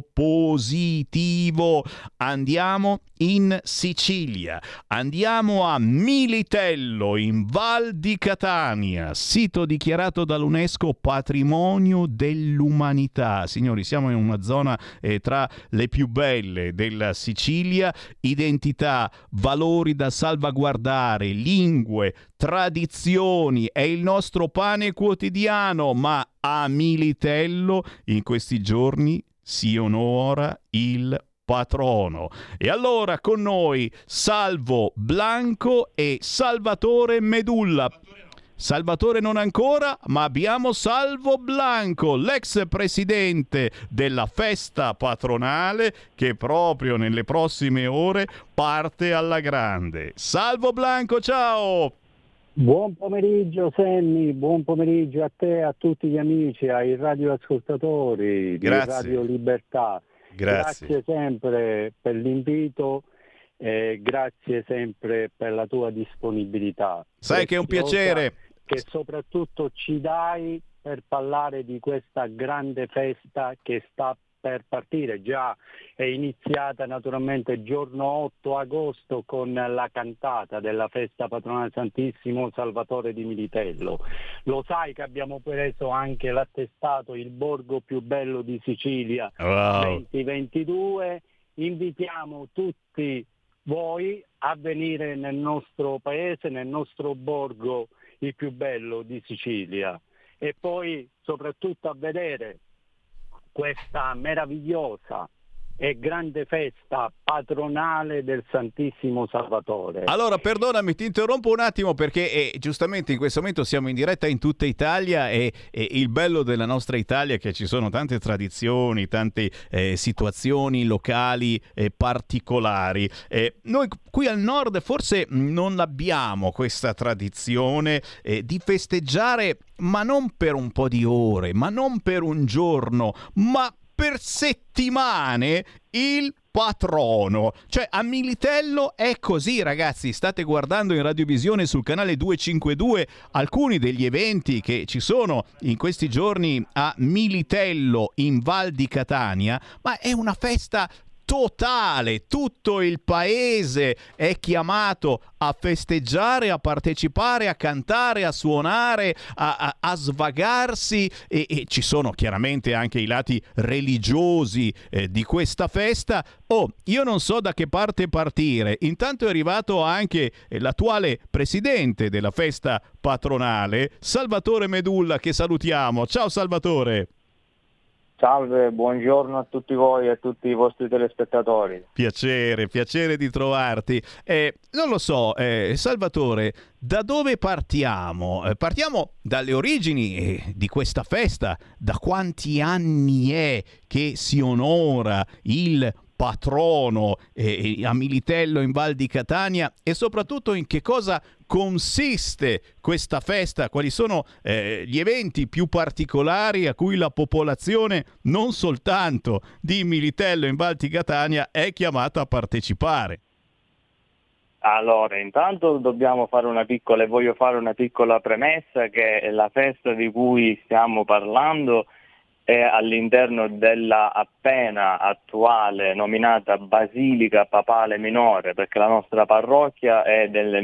positivo. Andiamo in Sicilia, andiamo a Militello, in Val di Catania, sito dichiarato dall'UNESCO Patrimonio dell'Umanità. Signori, siamo in una zona tra le più belle della Sicilia, identità, valori da salvaguardare, lingue, tradizioni, è il nostro pane quotidiano, ma a Militello in questi giorni si onora il patrono. E allora con noi Salvo Blanco e Salvatore Medulla. Salvatore non ancora, ma abbiamo Salvo Blanco, l'ex presidente della festa patronale che proprio nelle prossime ore parte alla grande. Salvo Blanco, ciao! Buon pomeriggio Sammy, buon pomeriggio a te, a tutti gli amici, ai radioascoltatori di Radio Libertà. Grazie sempre per l'invito e grazie sempre per la tua disponibilità. Sai che è un piacere. Che soprattutto ci dai per parlare di questa grande festa che sta per partire. Già è iniziata naturalmente il giorno 8 agosto con la cantata della festa patronale Santissimo Salvatore di Militello. Lo sai che abbiamo preso anche l'attestato il borgo più bello di Sicilia 2022. Invitiamo tutti voi a venire nel nostro paese, nel nostro borgo il più bello di Sicilia, e poi soprattutto a vedere questa meravigliosa e grande festa patronale del Santissimo Salvatore. Allora, perdonami, ti interrompo un attimo perché giustamente in questo momento siamo in diretta in tutta Italia e il bello della nostra Italia è che ci sono tante tradizioni, tante situazioni locali particolari. Noi qui al nord forse non abbiamo questa tradizione di festeggiare, ma non per un po' di ore, ma non per un giorno, ma per settimane il patrono. Cioè a Militello è così, ragazzi. State guardando in radiovisione sul canale 252 alcuni degli eventi che ci sono in questi giorni a Militello in Val di Catania, ma è una festa totale, tutto il paese è chiamato a festeggiare, a partecipare, a cantare, a suonare, a svagarsi e ci sono chiaramente anche i lati religiosi di questa festa. Io non so da che parte partire. Intanto è arrivato anche l'attuale presidente della festa patronale, Salvatore Medulla, che salutiamo. Ciao Salvatore. Salve, buongiorno a tutti voi e a tutti i vostri telespettatori. Piacere di trovarti. Non lo so, Salvatore, da dove partiamo? Partiamo dalle origini di questa festa. Da quanti anni è che si onora il patrono a Militello in Val di Catania e soprattutto in che cosa consiste questa festa? Quali sono gli eventi più particolari a cui la popolazione non soltanto di Militello in Val di Catania è chiamata a partecipare? Allora, intanto voglio fare una piccola premessa che la festa di cui stiamo parlando è all'interno della appena attuale nominata Basilica Papale Minore, perché la nostra parrocchia è del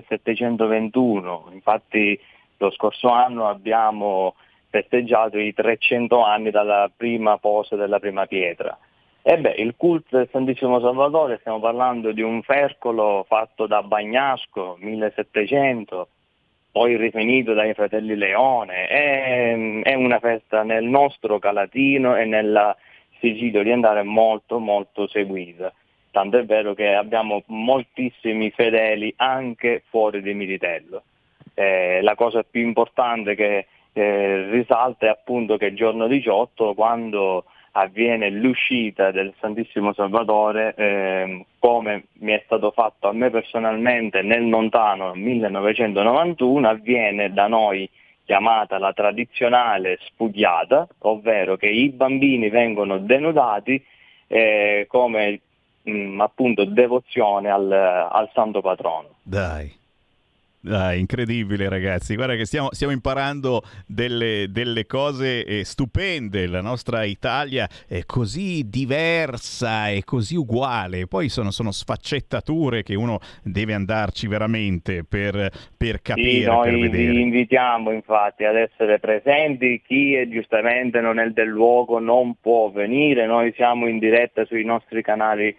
1721, infatti lo scorso anno abbiamo festeggiato i 300 anni dalla prima posa della prima pietra. Il culto del Santissimo Salvatore, stiamo parlando di un fercolo fatto da Bagnasco, 1700, poi rifinito dai fratelli Leone. È una festa nel nostro Calatino e nella Sicilia orientale molto molto seguita, tanto è vero che abbiamo moltissimi fedeli anche fuori di Militello. La cosa più importante che risalta è appunto che il giorno 18, quando avviene l'uscita del Santissimo Salvatore, come mi è stato fatto a me personalmente nel lontano 1991, avviene da noi chiamata la tradizionale spugliata, ovvero che i bambini vengono denudati come appunto devozione al santo patrono. Dai, incredibile ragazzi, guarda che stiamo imparando delle cose stupende. La nostra Italia è così diversa e così uguale, poi sono sfaccettature che uno deve andarci veramente per capire. Sì, noi per vedere. Vi invitiamo infatti ad essere presenti, chi è giustamente non è del luogo non può venire, noi siamo in diretta sui nostri canali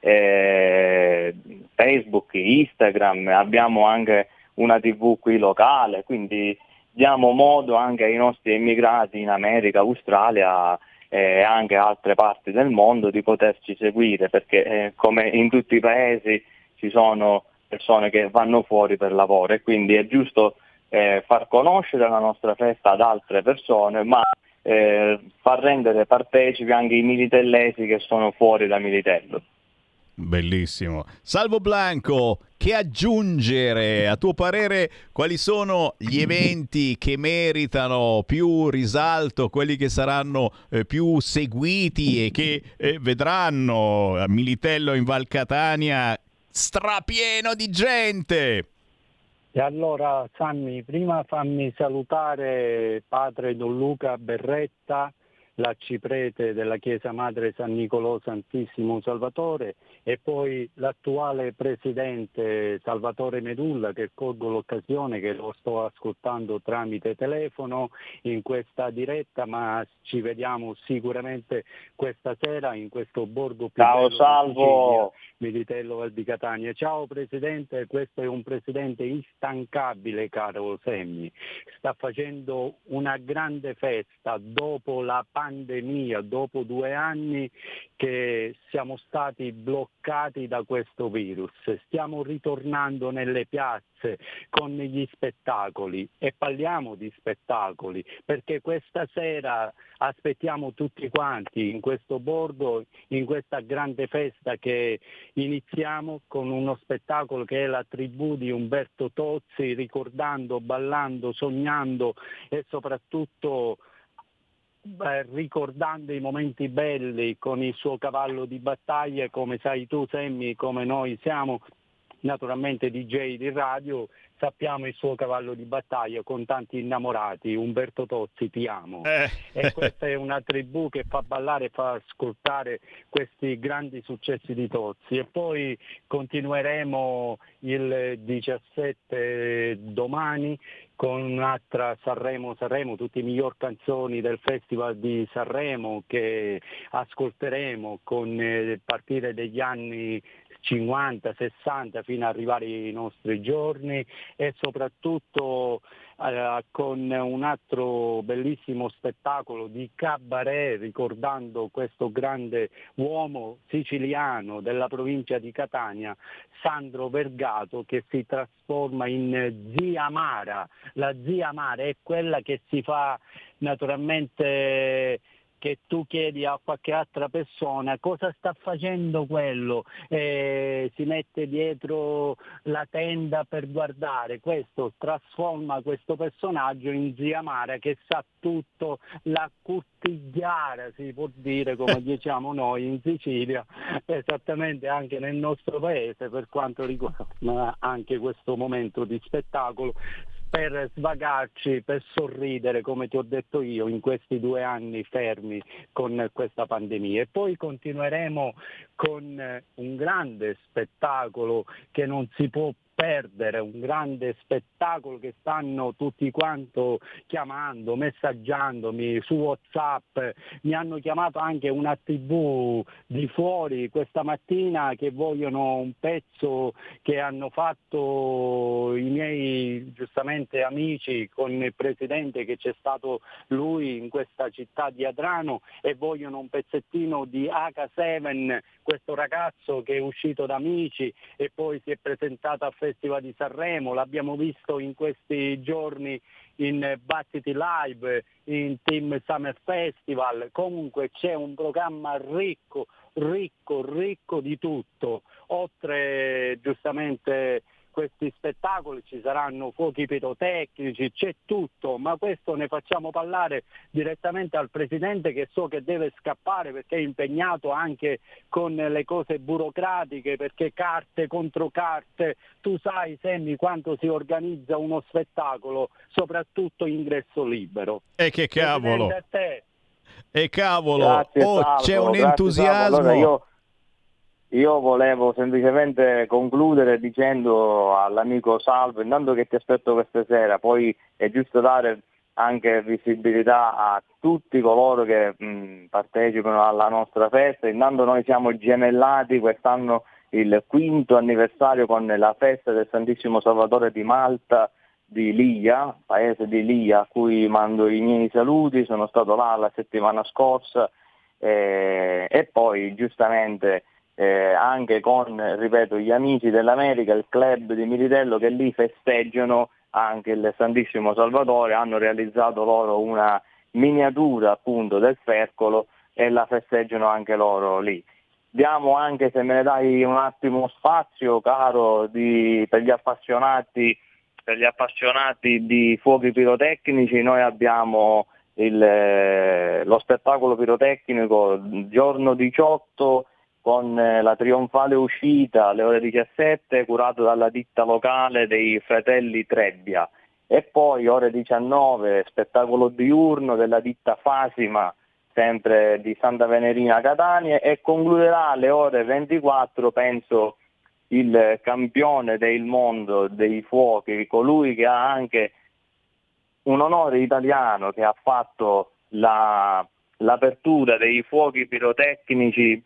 Facebook, Instagram, abbiamo anche una TV qui locale, quindi diamo modo anche ai nostri emigrati in America, Australia e anche altre parti del mondo di poterci seguire, perché come in tutti i paesi ci sono persone che vanno fuori per lavoro e quindi è giusto far conoscere la nostra festa ad altre persone, ma far rendere partecipi anche i militellesi che sono fuori da Militello. Bellissimo. Salvo Blanco, che aggiungere? A tuo parere quali sono gli eventi che meritano più risalto, quelli che saranno più seguiti e che vedranno a Militello in Val Catania strapieno di gente? E allora Sammy, prima fammi salutare padre Don Luca Berretta, l'arciprete della Chiesa Madre San Nicolò Santissimo Salvatore, e poi l'attuale presidente Salvatore Medulla, che colgo l'occasione che lo sto ascoltando tramite telefono in questa diretta, ma ci vediamo sicuramente questa sera in questo borgo più bello di Sicilia, Militello Val di Catania. Ciao Presidente, questo è un Presidente instancabile, caro Semmi, sta facendo una grande festa dopo la pandemia, dopo 2 anni che siamo stati bloccati da questo virus. Stiamo ritornando nelle piazze con gli spettacoli e parliamo di spettacoli perché questa sera aspettiamo tutti quanti in questo borgo, in questa grande festa che iniziamo con uno spettacolo che è la tribù di Umberto Tozzi, ricordando, ballando, sognando e soprattutto ricordando i momenti belli con il suo cavallo di battaglia. Come sai tu Semmi, come noi siamo naturalmente DJ di radio, sappiamo il suo cavallo di battaglia con tanti innamorati, Umberto Tozzi, ti amo. E questa è una tribù che fa ballare e fa ascoltare questi grandi successi di Tozzi. E poi continueremo il 17 domani con un'altra Sanremo, tutte le migliori canzoni del Festival di Sanremo che ascolteremo con partire dagli anni 50, 60 fino ad arrivare ai nostri giorni, e soprattutto con un altro bellissimo spettacolo di cabaret ricordando questo grande uomo siciliano della provincia di Catania, Sandro Vergato, che si trasforma in zia Mara. La zia Mara è quella che si fa naturalmente, che tu chiedi a qualche altra persona cosa sta facendo quello, si mette dietro la tenda per guardare. Questo trasforma questo personaggio in zia Mara che sa tutto, la curtigliara si può dire, come diciamo noi in Sicilia, esattamente anche nel nostro paese, per quanto riguarda anche questo momento di spettacolo, per svagarci, per sorridere, come ti ho detto io, in questi 2 anni fermi con questa pandemia. E poi continueremo con un grande spettacolo che non si può perdere, un grande spettacolo che stanno tutti quanto chiamando, messaggiandomi su WhatsApp, mi hanno chiamato anche una TV di fuori questa mattina che vogliono un pezzo che hanno fatto i miei giustamente amici con il presidente che c'è stato lui in questa città di Adrano, e vogliono un pezzettino di H7, questo ragazzo che è uscito da Amici e poi si è presentato al Festival di Sanremo, l'abbiamo visto in questi giorni in Battiti Live, in Team Summer Festival. Comunque c'è un programma ricco di tutto, oltre giustamente questi spettacoli ci saranno fuochi pirotecnici, c'è tutto, ma questo ne facciamo parlare direttamente al Presidente, che so che deve scappare perché è impegnato anche con le cose burocratiche, perché carte contro carte, tu sai Sammy quanto si organizza uno spettacolo, soprattutto ingresso libero. E che cavolo! Presidente, a te. E cavolo! Grazie, Salvo, c'è un grazie, entusiasmo! Salvo. Allora, io volevo semplicemente concludere dicendo all'amico Salvo, intanto che ti aspetto questa sera, poi è giusto dare anche visibilità a tutti coloro che partecipano alla nostra festa. Intanto noi siamo gemellati quest'anno il 5° anniversario con la festa del Santissimo Salvatore di Malta, di Lia, paese di Lia, a cui mando i miei saluti. Sono stato là la settimana scorsa e poi giustamente anche con, ripeto, gli amici dell'America, il club di Militello, che lì festeggiano anche il Santissimo Salvatore, hanno realizzato loro una miniatura appunto del Fercolo e la festeggiano anche loro lì. Diamo anche, se me ne dai un attimo spazio, caro, per gli appassionati di fuochi pirotecnici, noi abbiamo lo spettacolo pirotecnico giorno 18 con la trionfale uscita alle ore 17, curato dalla ditta locale dei fratelli Trebbia, e poi ore 19 spettacolo diurno della ditta Fasima, sempre di Santa Venerina Catania, e concluderà alle ore 24, penso, il campione del mondo dei fuochi, colui che ha anche un onore italiano, che ha fatto l'apertura dei fuochi pirotecnici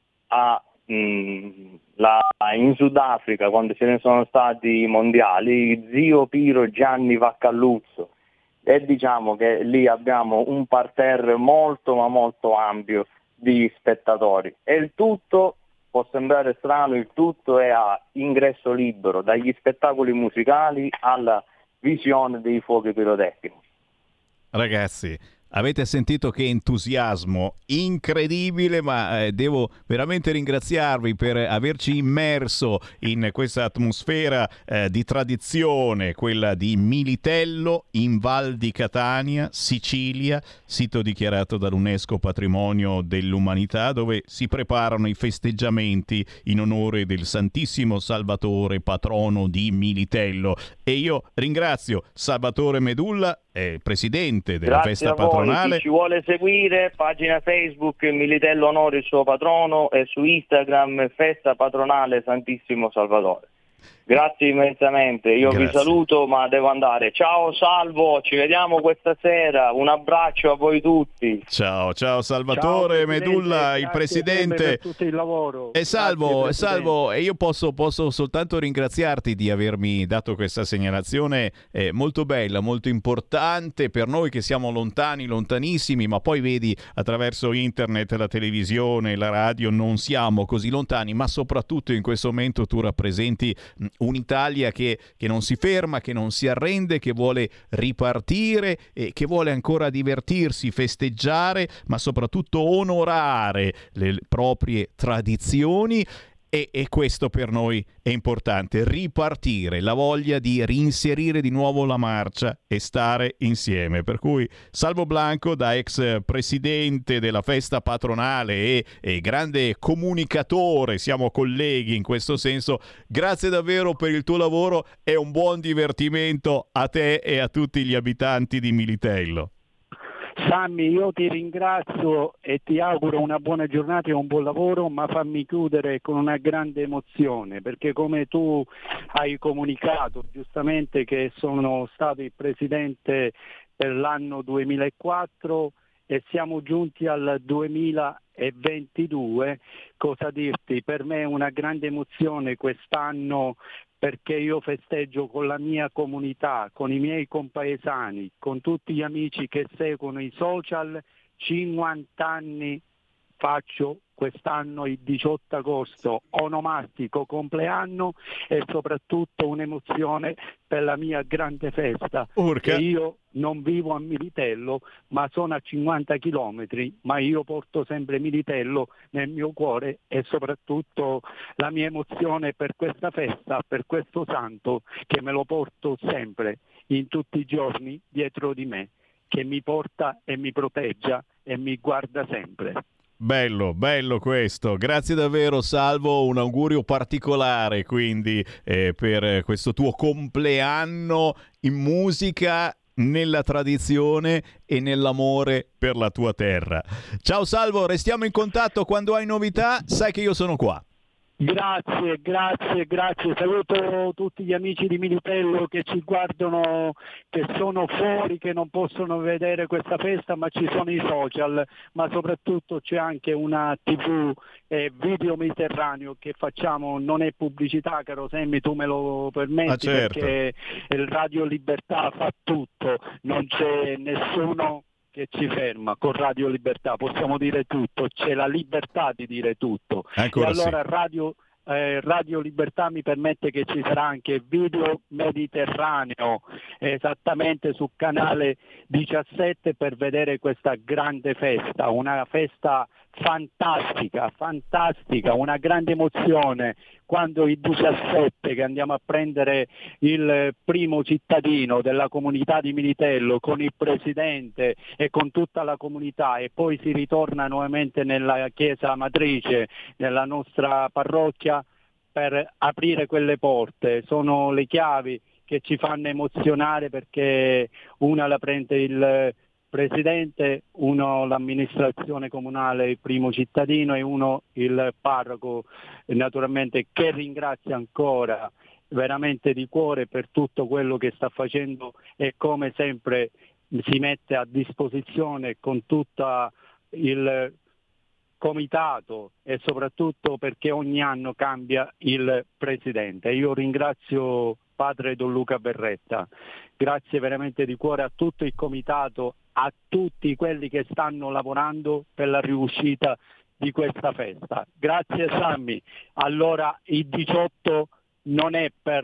in Sudafrica quando ce ne sono stati i mondiali, zio Piro Gianni Vaccalluzzo, e diciamo che lì abbiamo un parterre molto ma molto ampio di spettatori, e il tutto, può sembrare strano, il tutto è a ingresso libero, dagli spettacoli musicali alla visione dei fuochi pirotecnici. Ragazzi, Avete sentito che entusiasmo incredibile, ma devo veramente ringraziarvi per averci immerso in questa atmosfera di tradizione, quella di Militello in Val di Catania, Sicilia, sito dichiarato dall'UNESCO Patrimonio dell'Umanità, dove si preparano i festeggiamenti in onore del Santissimo Salvatore, patrono di Militello. E io ringrazio Salvatore Medulla, presidente della festa patronale. Chi ci vuole seguire, pagina Facebook Militello onore il suo patrono, e su Instagram festa patronale Santissimo Salvatore. Grazie immensamente, io vi saluto ma devo andare. Ciao Salvo, ci vediamo questa sera, un abbraccio a voi tutti. Ciao Salvatore Medulla, il presidente per tutto il lavoro. E Salvo, e io posso soltanto ringraziarti di avermi dato questa segnalazione molto bella, molto importante per noi che siamo lontanissimi, ma poi vedi attraverso internet, la televisione, la radio, non siamo così lontani, ma soprattutto in questo momento tu rappresenti un'Italia che non si ferma, che non si arrende, che vuole ripartire e che vuole ancora divertirsi, festeggiare, ma soprattutto onorare le proprie tradizioni. E questo per noi è importante, ripartire, la voglia di reinserire di nuovo la marcia e stare insieme. Per cui Salvo Blanco, da ex presidente della festa patronale e grande comunicatore, siamo colleghi in questo senso, grazie davvero per il tuo lavoro e un buon divertimento a te e a tutti gli abitanti di Militello. Sammy, io ti ringrazio e ti auguro una buona giornata e un buon lavoro, ma fammi chiudere con una grande emozione, perché come tu hai comunicato giustamente che sono stato il presidente per l'anno 2004 e siamo giunti al 2022, cosa dirti? Per me è una grande emozione quest'anno, perché io festeggio con la mia comunità, con i miei compaesani, con tutti gli amici che seguono i social, 50 anni faccio quest'anno il 18 agosto, onomastico compleanno e soprattutto un'emozione per la mia grande festa. Che io non vivo a Militello, ma sono a 50 chilometri, ma io porto sempre Militello nel mio cuore e soprattutto la mia emozione per questa festa, per questo santo, che me lo porto sempre, in tutti i giorni, dietro di me, che mi porta e mi proteggia e mi guarda sempre. Bello questo, grazie davvero Salvo, un augurio particolare quindi per questo tuo compleanno in musica, nella tradizione e nell'amore per la tua terra. Ciao Salvo, restiamo in contatto, quando hai novità sai che io sono qua. Grazie, saluto tutti gli amici di Militello che ci guardano, che sono fuori, che non possono vedere questa festa, ma ci sono i social, ma soprattutto c'è anche una TV video mediterraneo che facciamo, non è pubblicità, caro Sammy, tu me lo permetti, certo. Perché il Radio Libertà fa tutto, non c'è nessuno che ci ferma. Con Radio Libertà possiamo dire tutto, c'è la libertà di dire tutto. Ancora e allora sì. Radio Libertà mi permette che ci sarà anche Video Mediterraneo esattamente sul canale 17 per vedere questa grande festa, una festa fantastica, una grande emozione quando il 17 che andiamo a prendere il primo cittadino della comunità di Militello con il presidente e con tutta la comunità e poi si ritorna nuovamente nella chiesa matrice, nella nostra parrocchia per aprire quelle porte. Sono le chiavi che ci fanno emozionare perché una la prende il presidente, uno l'amministrazione comunale, il primo cittadino e uno il parroco, naturalmente, che ringrazio ancora veramente di cuore per tutto quello che sta facendo e come sempre si mette a disposizione con tutto il comitato e soprattutto perché ogni anno cambia il presidente. Io ringrazio padre Don Luca Berretta, grazie veramente di cuore a tutto il comitato, a tutti quelli che stanno lavorando per la riuscita di questa festa. Grazie Sammy. Allora il 18 non è per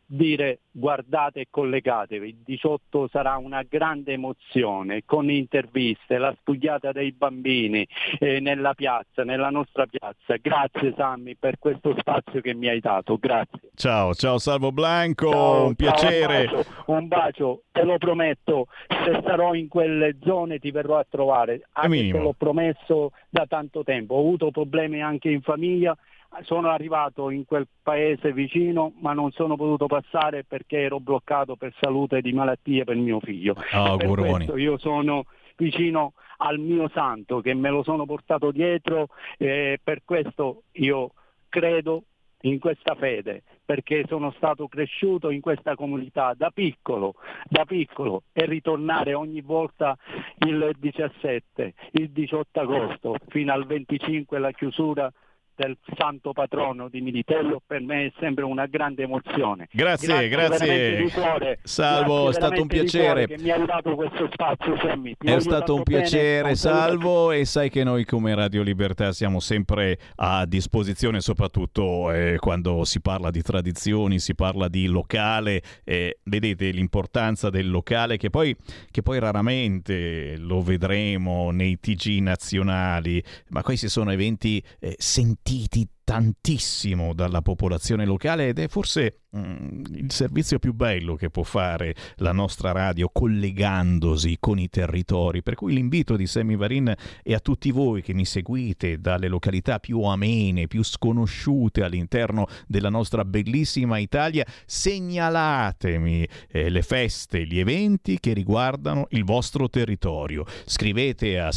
dire guardate e collegatevi. Il 18 sarà una grande emozione, con interviste, la studiata dei bambini nella piazza, nella nostra piazza. Grazie Sammy per questo spazio che mi hai dato, grazie. Ciao Salvo Blanco, Ciao, un piacere. Un bacio, te lo prometto, se sarò in quelle zone ti verrò a trovare, anche se l'ho promesso da tanto tempo. Ho avuto problemi anche in famiglia, sono arrivato in quel paese vicino ma non sono potuto passare perché ero bloccato per salute di malattie per mio figlio. Per questo io sono vicino al mio santo che me lo sono portato dietro, per questo io credo in questa fede, perché sono stato cresciuto in questa comunità da piccolo, e ritornare ogni volta il 17, il 18 agosto fino al 25 la chiusura del santo patrono di Militello per me è sempre una grande emozione. Grazie. Di cuore. Salvo, è stato un piacere. Che mi hai dato questo spazio, Sammy. È stato un piacere, Salvo, e sai che noi come Radio Libertà siamo sempre a disposizione, soprattutto quando si parla di tradizioni, si parla di locale. Vedete l'importanza del locale che poi raramente lo vedremo nei TG nazionali, ma questi sono eventi sentiti tantissimo dalla popolazione locale ed è forse il servizio più bello che può fare la nostra radio, collegandosi con i territori. Per cui l'invito di Sammy Varin è a tutti voi che mi seguite dalle località più amene, più sconosciute all'interno della nostra bellissima Italia: segnalatemi le feste, gli eventi che riguardano il vostro territorio. Scrivete a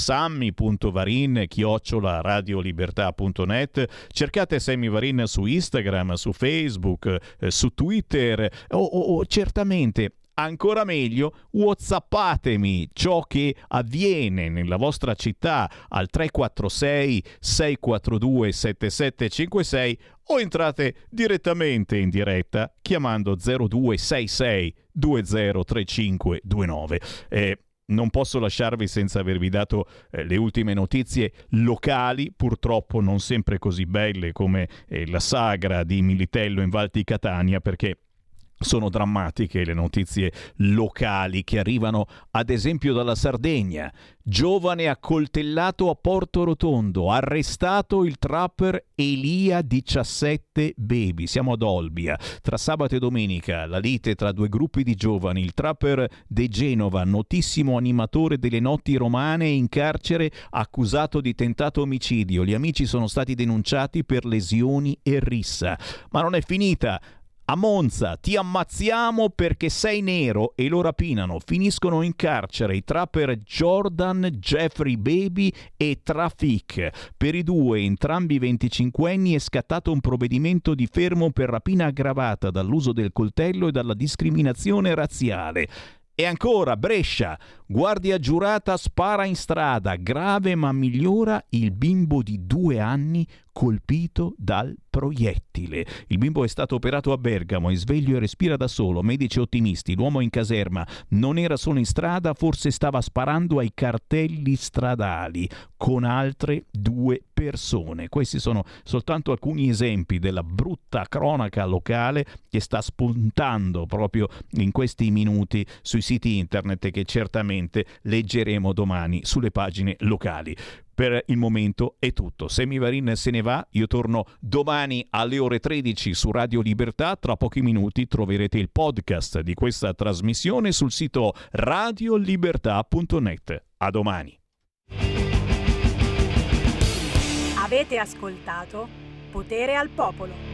sammy.varin@radiolibertà.net, cercate Sammy Varin su Instagram, su Facebook, su Twitter o certamente, ancora meglio, whatsappatemi ciò che avviene nella vostra città al 346 642 7756 o entrate direttamente in diretta chiamando 0266 203529. Non posso lasciarvi senza avervi dato le ultime notizie locali, purtroppo non sempre così belle come la sagra di Militello in Val di Catania, perché sono drammatiche le notizie locali che arrivano ad esempio dalla Sardegna. Giovane accoltellato a Porto Rotondo, arrestato il trapper Elia 17 Baby. Siamo ad Olbia. Tra sabato e domenica la lite tra due gruppi di giovani. Il trapper De Genova, notissimo animatore delle notti romane, è in carcere accusato di tentato omicidio. Gli amici sono stati denunciati per lesioni e rissa. Ma non è finita. A Monza, ti ammazziamo perché sei nero, e lo rapinano. Finiscono in carcere i trapper Jordan, Jeffrey Baby e Traffic. Per i due, entrambi 25enni, è scattato un provvedimento di fermo per rapina aggravata dall'uso del coltello e dalla discriminazione razziale. E ancora, Brescia, guardia giurata spara in strada, grave ma migliora il bimbo di 2 anni colpito dal proiettile. Il bimbo è stato operato a Bergamo, è sveglio e respira da solo, medici ottimisti, l'uomo in caserma non era solo in strada, forse stava sparando ai cartelli stradali con altre 2 persone. Questi sono soltanto alcuni esempi della brutta cronaca locale che sta spuntando proprio in questi minuti sui siti internet e che certamente leggeremo domani sulle pagine locali. Per il momento è tutto. Sammy Varin se ne va, io torno domani alle ore 13 su Radio Libertà. Tra pochi minuti troverete il podcast di questa trasmissione sul sito radiolibertà.net. A domani. Avete ascoltato Potere al Popolo.